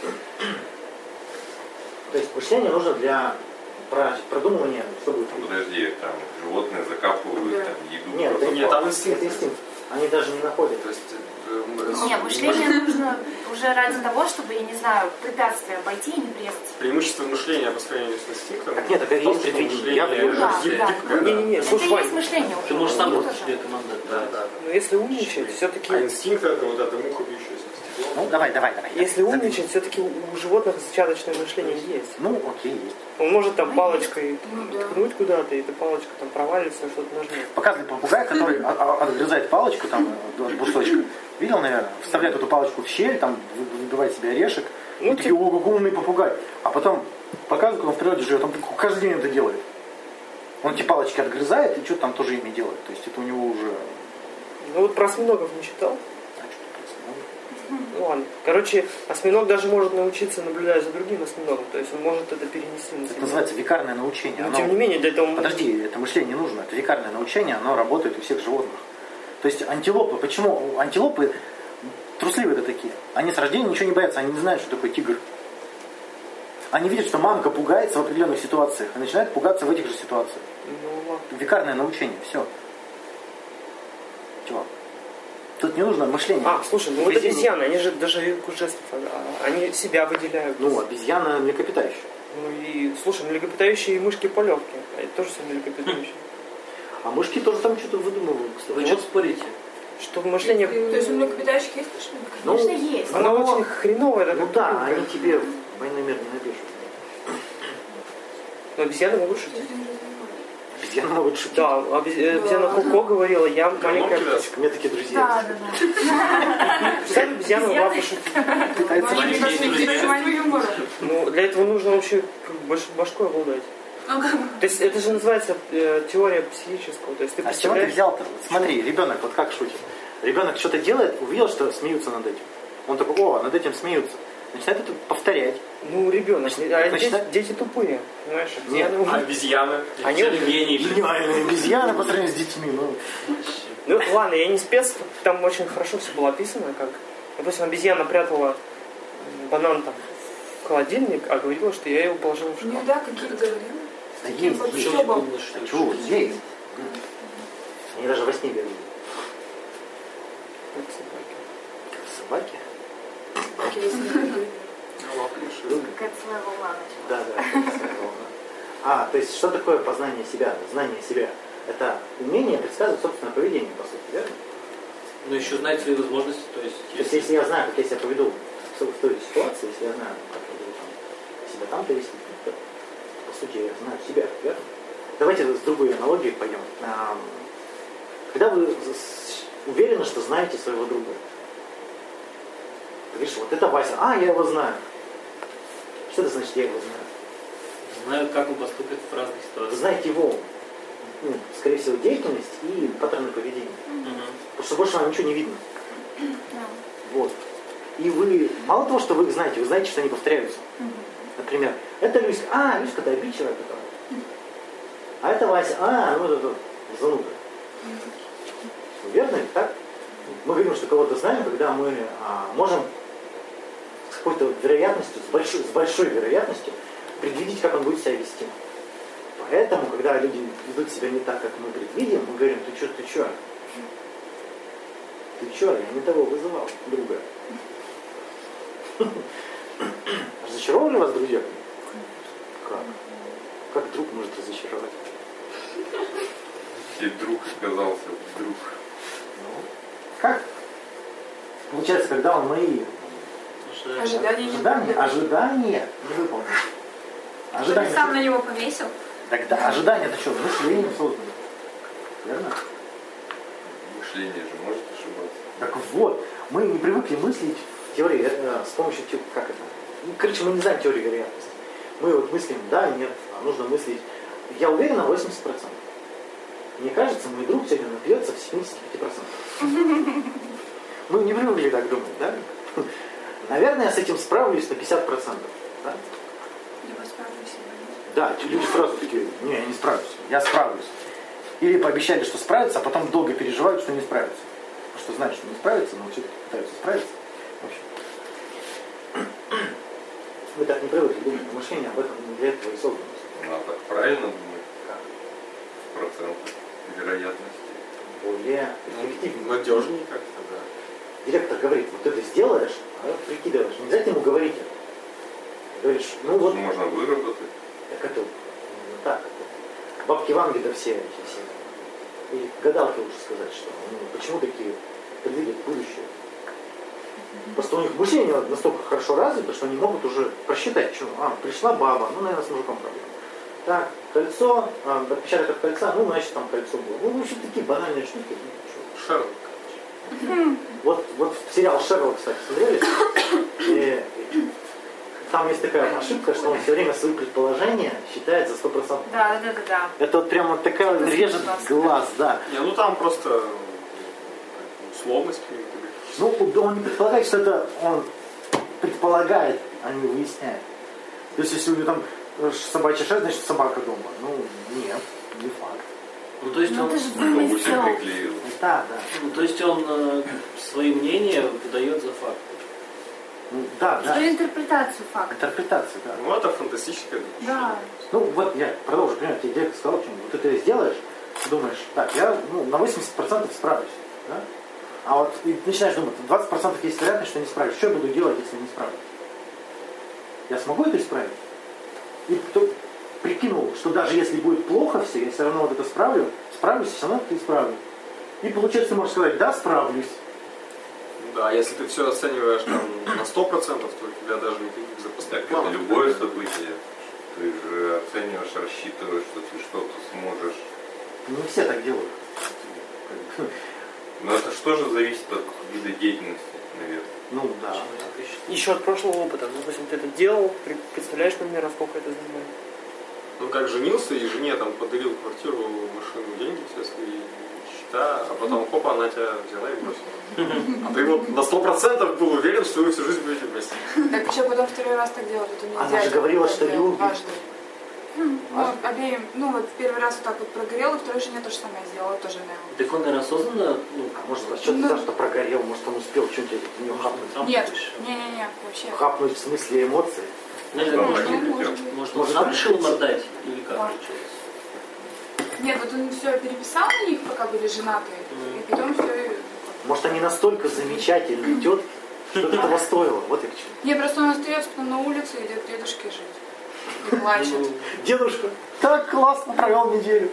То есть мышление нужно для продумывания, что будет. Подожди, там животные закапывают там, еду. Нет, там инстинкт. Они даже не находят. То есть, нет, мышление нужно уже ради того, чтобы, я не знаю, препятствия обойти и не врезаться. Преимущество мышления по сравнению с инстинктом. Так нет, это есть предвидение. Не, слушай, это есть мышление. Ты можешь сам себе команду. Да. Но если умничать, все-таки... А инстинкт это вот эта муха, бьющаяся в стекло. Ну, давай. Если умничать, все-таки у животных зачаточное мышление есть. Ну, окей, есть. Он может там палочкой ткнуть куда-то, и эта палочка там провалится, что-то нажмет. Показывали попугая, который отгрызает палочку там от брусочка. Видел, наверное? Вставляет эту палочку в щель, там выбивает себе орешек. Ну, такие, умный попугай. А потом показывают, как он в природе живет. Он каждый день это делает. Он эти палочки отгрызает и что-то там тоже ими делает. То есть это у него уже... Ну вот про осьминогов не читал? Ну ладно. Короче, осьминог даже может научиться наблюдать за другим осьминогом. То есть он может это перенести на себя. Это называется векарное научение. Но тем не менее, для этого... Подожди, это мышление не нужно. Это векарное научение, оно работает у всех животных. То есть антилопы, почему? Антилопы трусливые-то такие. Они с рождения ничего не боятся, они не знают, что такое тигр. Они видят, что мамка пугается в определенных ситуациях и начинают пугаться в этих же ситуациях. Векарное научение, все. Чего? Тут не нужно мышление. Слушай, ну вот обезьяны, они же даже жестов, они себя выделяют. Ну, обезьяна млекопитающая. Ну и, слушай, млекопитающие и мышки полевки. Это тоже все млекопитающие. А мышки тоже там что-то выдумывают, кстати. Вы что спорите? Что мышление... То есть у млекопитающих есть мышление? Конечно, есть. Оно очень хреновое. Ну да, они тебе двойной мир не напишут. Но обезьяны могут шутить. Обезьяны могут шутить. Да, обезьяна Коко говорила, я маленькая... У меня такие друзья. Да. Сами обезьяна могла пошутить. Ну, для этого нужно вообще башкой обладать. То есть это же называется теория психического. То есть ты с чего ты взял-то? Вот смотри, ребенок вот как шутит. Ребенок что-то делает, увидел, что смеются над этим. Он такой, над этим смеются. Начинает это повторять. Ну, ребенок. Дети тупые, понимаешь? Нет, обезьяны. Они гениальные обезьяны по сравнению с детьми. Ну, ладно, я не спец, там очень хорошо все было описано, как, допустим, обезьяна прятала банан там в холодильник, а говорила, что я его положила в шкаф. Ну да, какие-то говорили. Да есть. Чего? Есть. Они даже во сне бегают. Как собаки. Как собаки? Какая-то своя волна начала. Да, своя волна. То есть что такое познание себя, знание себя? Это умение предсказывать собственное поведение, по сути, верно? Ну еще знать свои возможности, то есть если я знаю, как я себя поведу в той ситуации, если я знаю, как я буду себя там повести, то, по сути, я знаю себя, верно? Давайте с другой аналогией пойдем. Когда вы уверены, что знаете своего друга, ты говоришь, вот это Вася, я его знаю. Что это значит, я его знаю? Знаю, как он поступит в разных ситуациях. Вы знаете его, скорее всего, деятельность и паттерны поведения. Потому что больше вам ничего не видно. Вот. И вы, мало того, что вы их знаете, вы знаете, что они повторяются. Например, это Люська. Люська-то обидчивая такая. А это Вася. Ну это зануда. Верно? Так? Мы говорим, что кого-то знаем, когда мы можем с какой-то вероятностью, с большой вероятностью предвидеть, как он будет себя вести. Поэтому, когда люди ведут себя не так, как мы предвидим, мы говорим, ты чё? Я не того вызывал, друга. Разочаровали вас, друзья? Как? Как друг может разочаровать? И вдруг оказался друг. Ну, как? Получается, когда он мои ожидания не выполнил. Ты сам на него повесил? Тогда ожидание это что? Мышление создано. Верно? Мышление же может ошибаться. Так вот, мы не привыкли мыслить в теории с помощью, как это? Ну, короче, мы не знаем теорию вероятности. Мы вот мыслим, да, нет, а нужно мыслить. Я уверен на 80%. Мне кажется, мой друг сегодня напьется в 75%. Мы не привыкли так думать, да? Наверное, я с этим справлюсь на 50%. Да? Либо справлюсь. Да, люди сразу такие, не, я не справлюсь, я справлюсь. Или пообещали, что справятся, а потом долго переживают, что не справятся. Потому что знают, что не справятся, но все-таки пытаются справиться. В общем. Мы так не привыкли думать, мышление об этом не для этого и создано. Ну, а так правильно думать? Как? В процентах вероятности. Более эффективно. Надежнее как-то, да. Директор говорит, вот это сделаешь, а прикидываешь. Не обязательно ему говорить это. Говоришь, ну вот. Можно выработать. Так это, так, это. Бабки Вангеля все. И гадалки лучше сказать, что почему такие предвидят будущее. Просто у них мышление настолько хорошо развито, что они могут уже просчитать, что пришла баба, ну, наверное, с мужиком проблема. Так, кольцо, отпечаток от кольца, ну, значит, там кольцо было. Ну, в общем, такие банальные штуки. Шерлок. Вот сериал «Шерлок», кстати, смотрели? И там есть такая ошибка, что он все время свои предположения считает за 100%. Да. Это вот прямо такая режет глаз, да. Не, ну там просто условность какие-то. Ну, он не предполагает, что это он предполагает, а не выясняет. То есть, если у него там собачья шерсть, значит собака дома. Ну, нет, не факт. Ну, то есть он... ты же вымысел. Да. Ну, то есть он свои мнения выдает за факт. Ну, да. Свою интерпретацию факта. Интерпретацию, да. Ну, это фантастическое. Да. Ну, вот я продолжу, понимаю, тебе директор сказал, что вот ты это сделаешь, ты думаешь, так, я на 80% справлюсь, да? А вот и начинаешь думать, 20% есть вероятность, что не справишь. Что я буду делать, если не справлюсь? Я смогу это исправить? И прикинул, что даже если будет плохо все, я все равно вот это справлюсь, все равно это исправлю. И получается, ты можешь сказать, да, справлюсь. Да, если ты все оцениваешь там на 100%, то у тебя даже никаких запасных планов. Это любое событие. Ты же оцениваешь, рассчитываешь, что ты что-то сможешь. Не все так делают. Но это что же зависит от вида деятельности, наверное? Ну да. Еще от прошлого опыта. Допустим, ты это делал, представляешь, например, сколько это занимает? Ну как женился и жене там подарил квартиру, машину, деньги, все свои счета, а потом хопа, она тебя взяла и бросила. А ты вот на 100% был уверен, что вы всю жизнь будете вместе. Так еще потом второй раз так делать, это нельзя. Она же говорила, что любит. Ну, обеим, ну вот первый раз вот так вот прогорел, и второй жене то же самое сделала, тоже наверное. Так он, наверное, осознанно, а может, что-то за что прогорел, может, он успел что-нибудь в него хапнуть? Нет, не, вообще. Хапнуть в смысле эмоций? Может, он сам решил им отдать? Или как получилось? Нет, вот он все переписал на них, пока были женатые, и потом все... Может, они настолько замечательные тетки, что это того стоило, вот и к чему. Не, просто он остается потом на улице, идет к дедушке жить. И плачет. Дедушка, так классно провел неделю.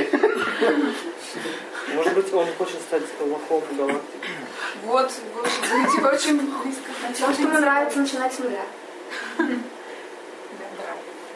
Может быть, он хочет стать лохом галактики. Вот, очень близко. Все, что мне нравится, начинать с нуля.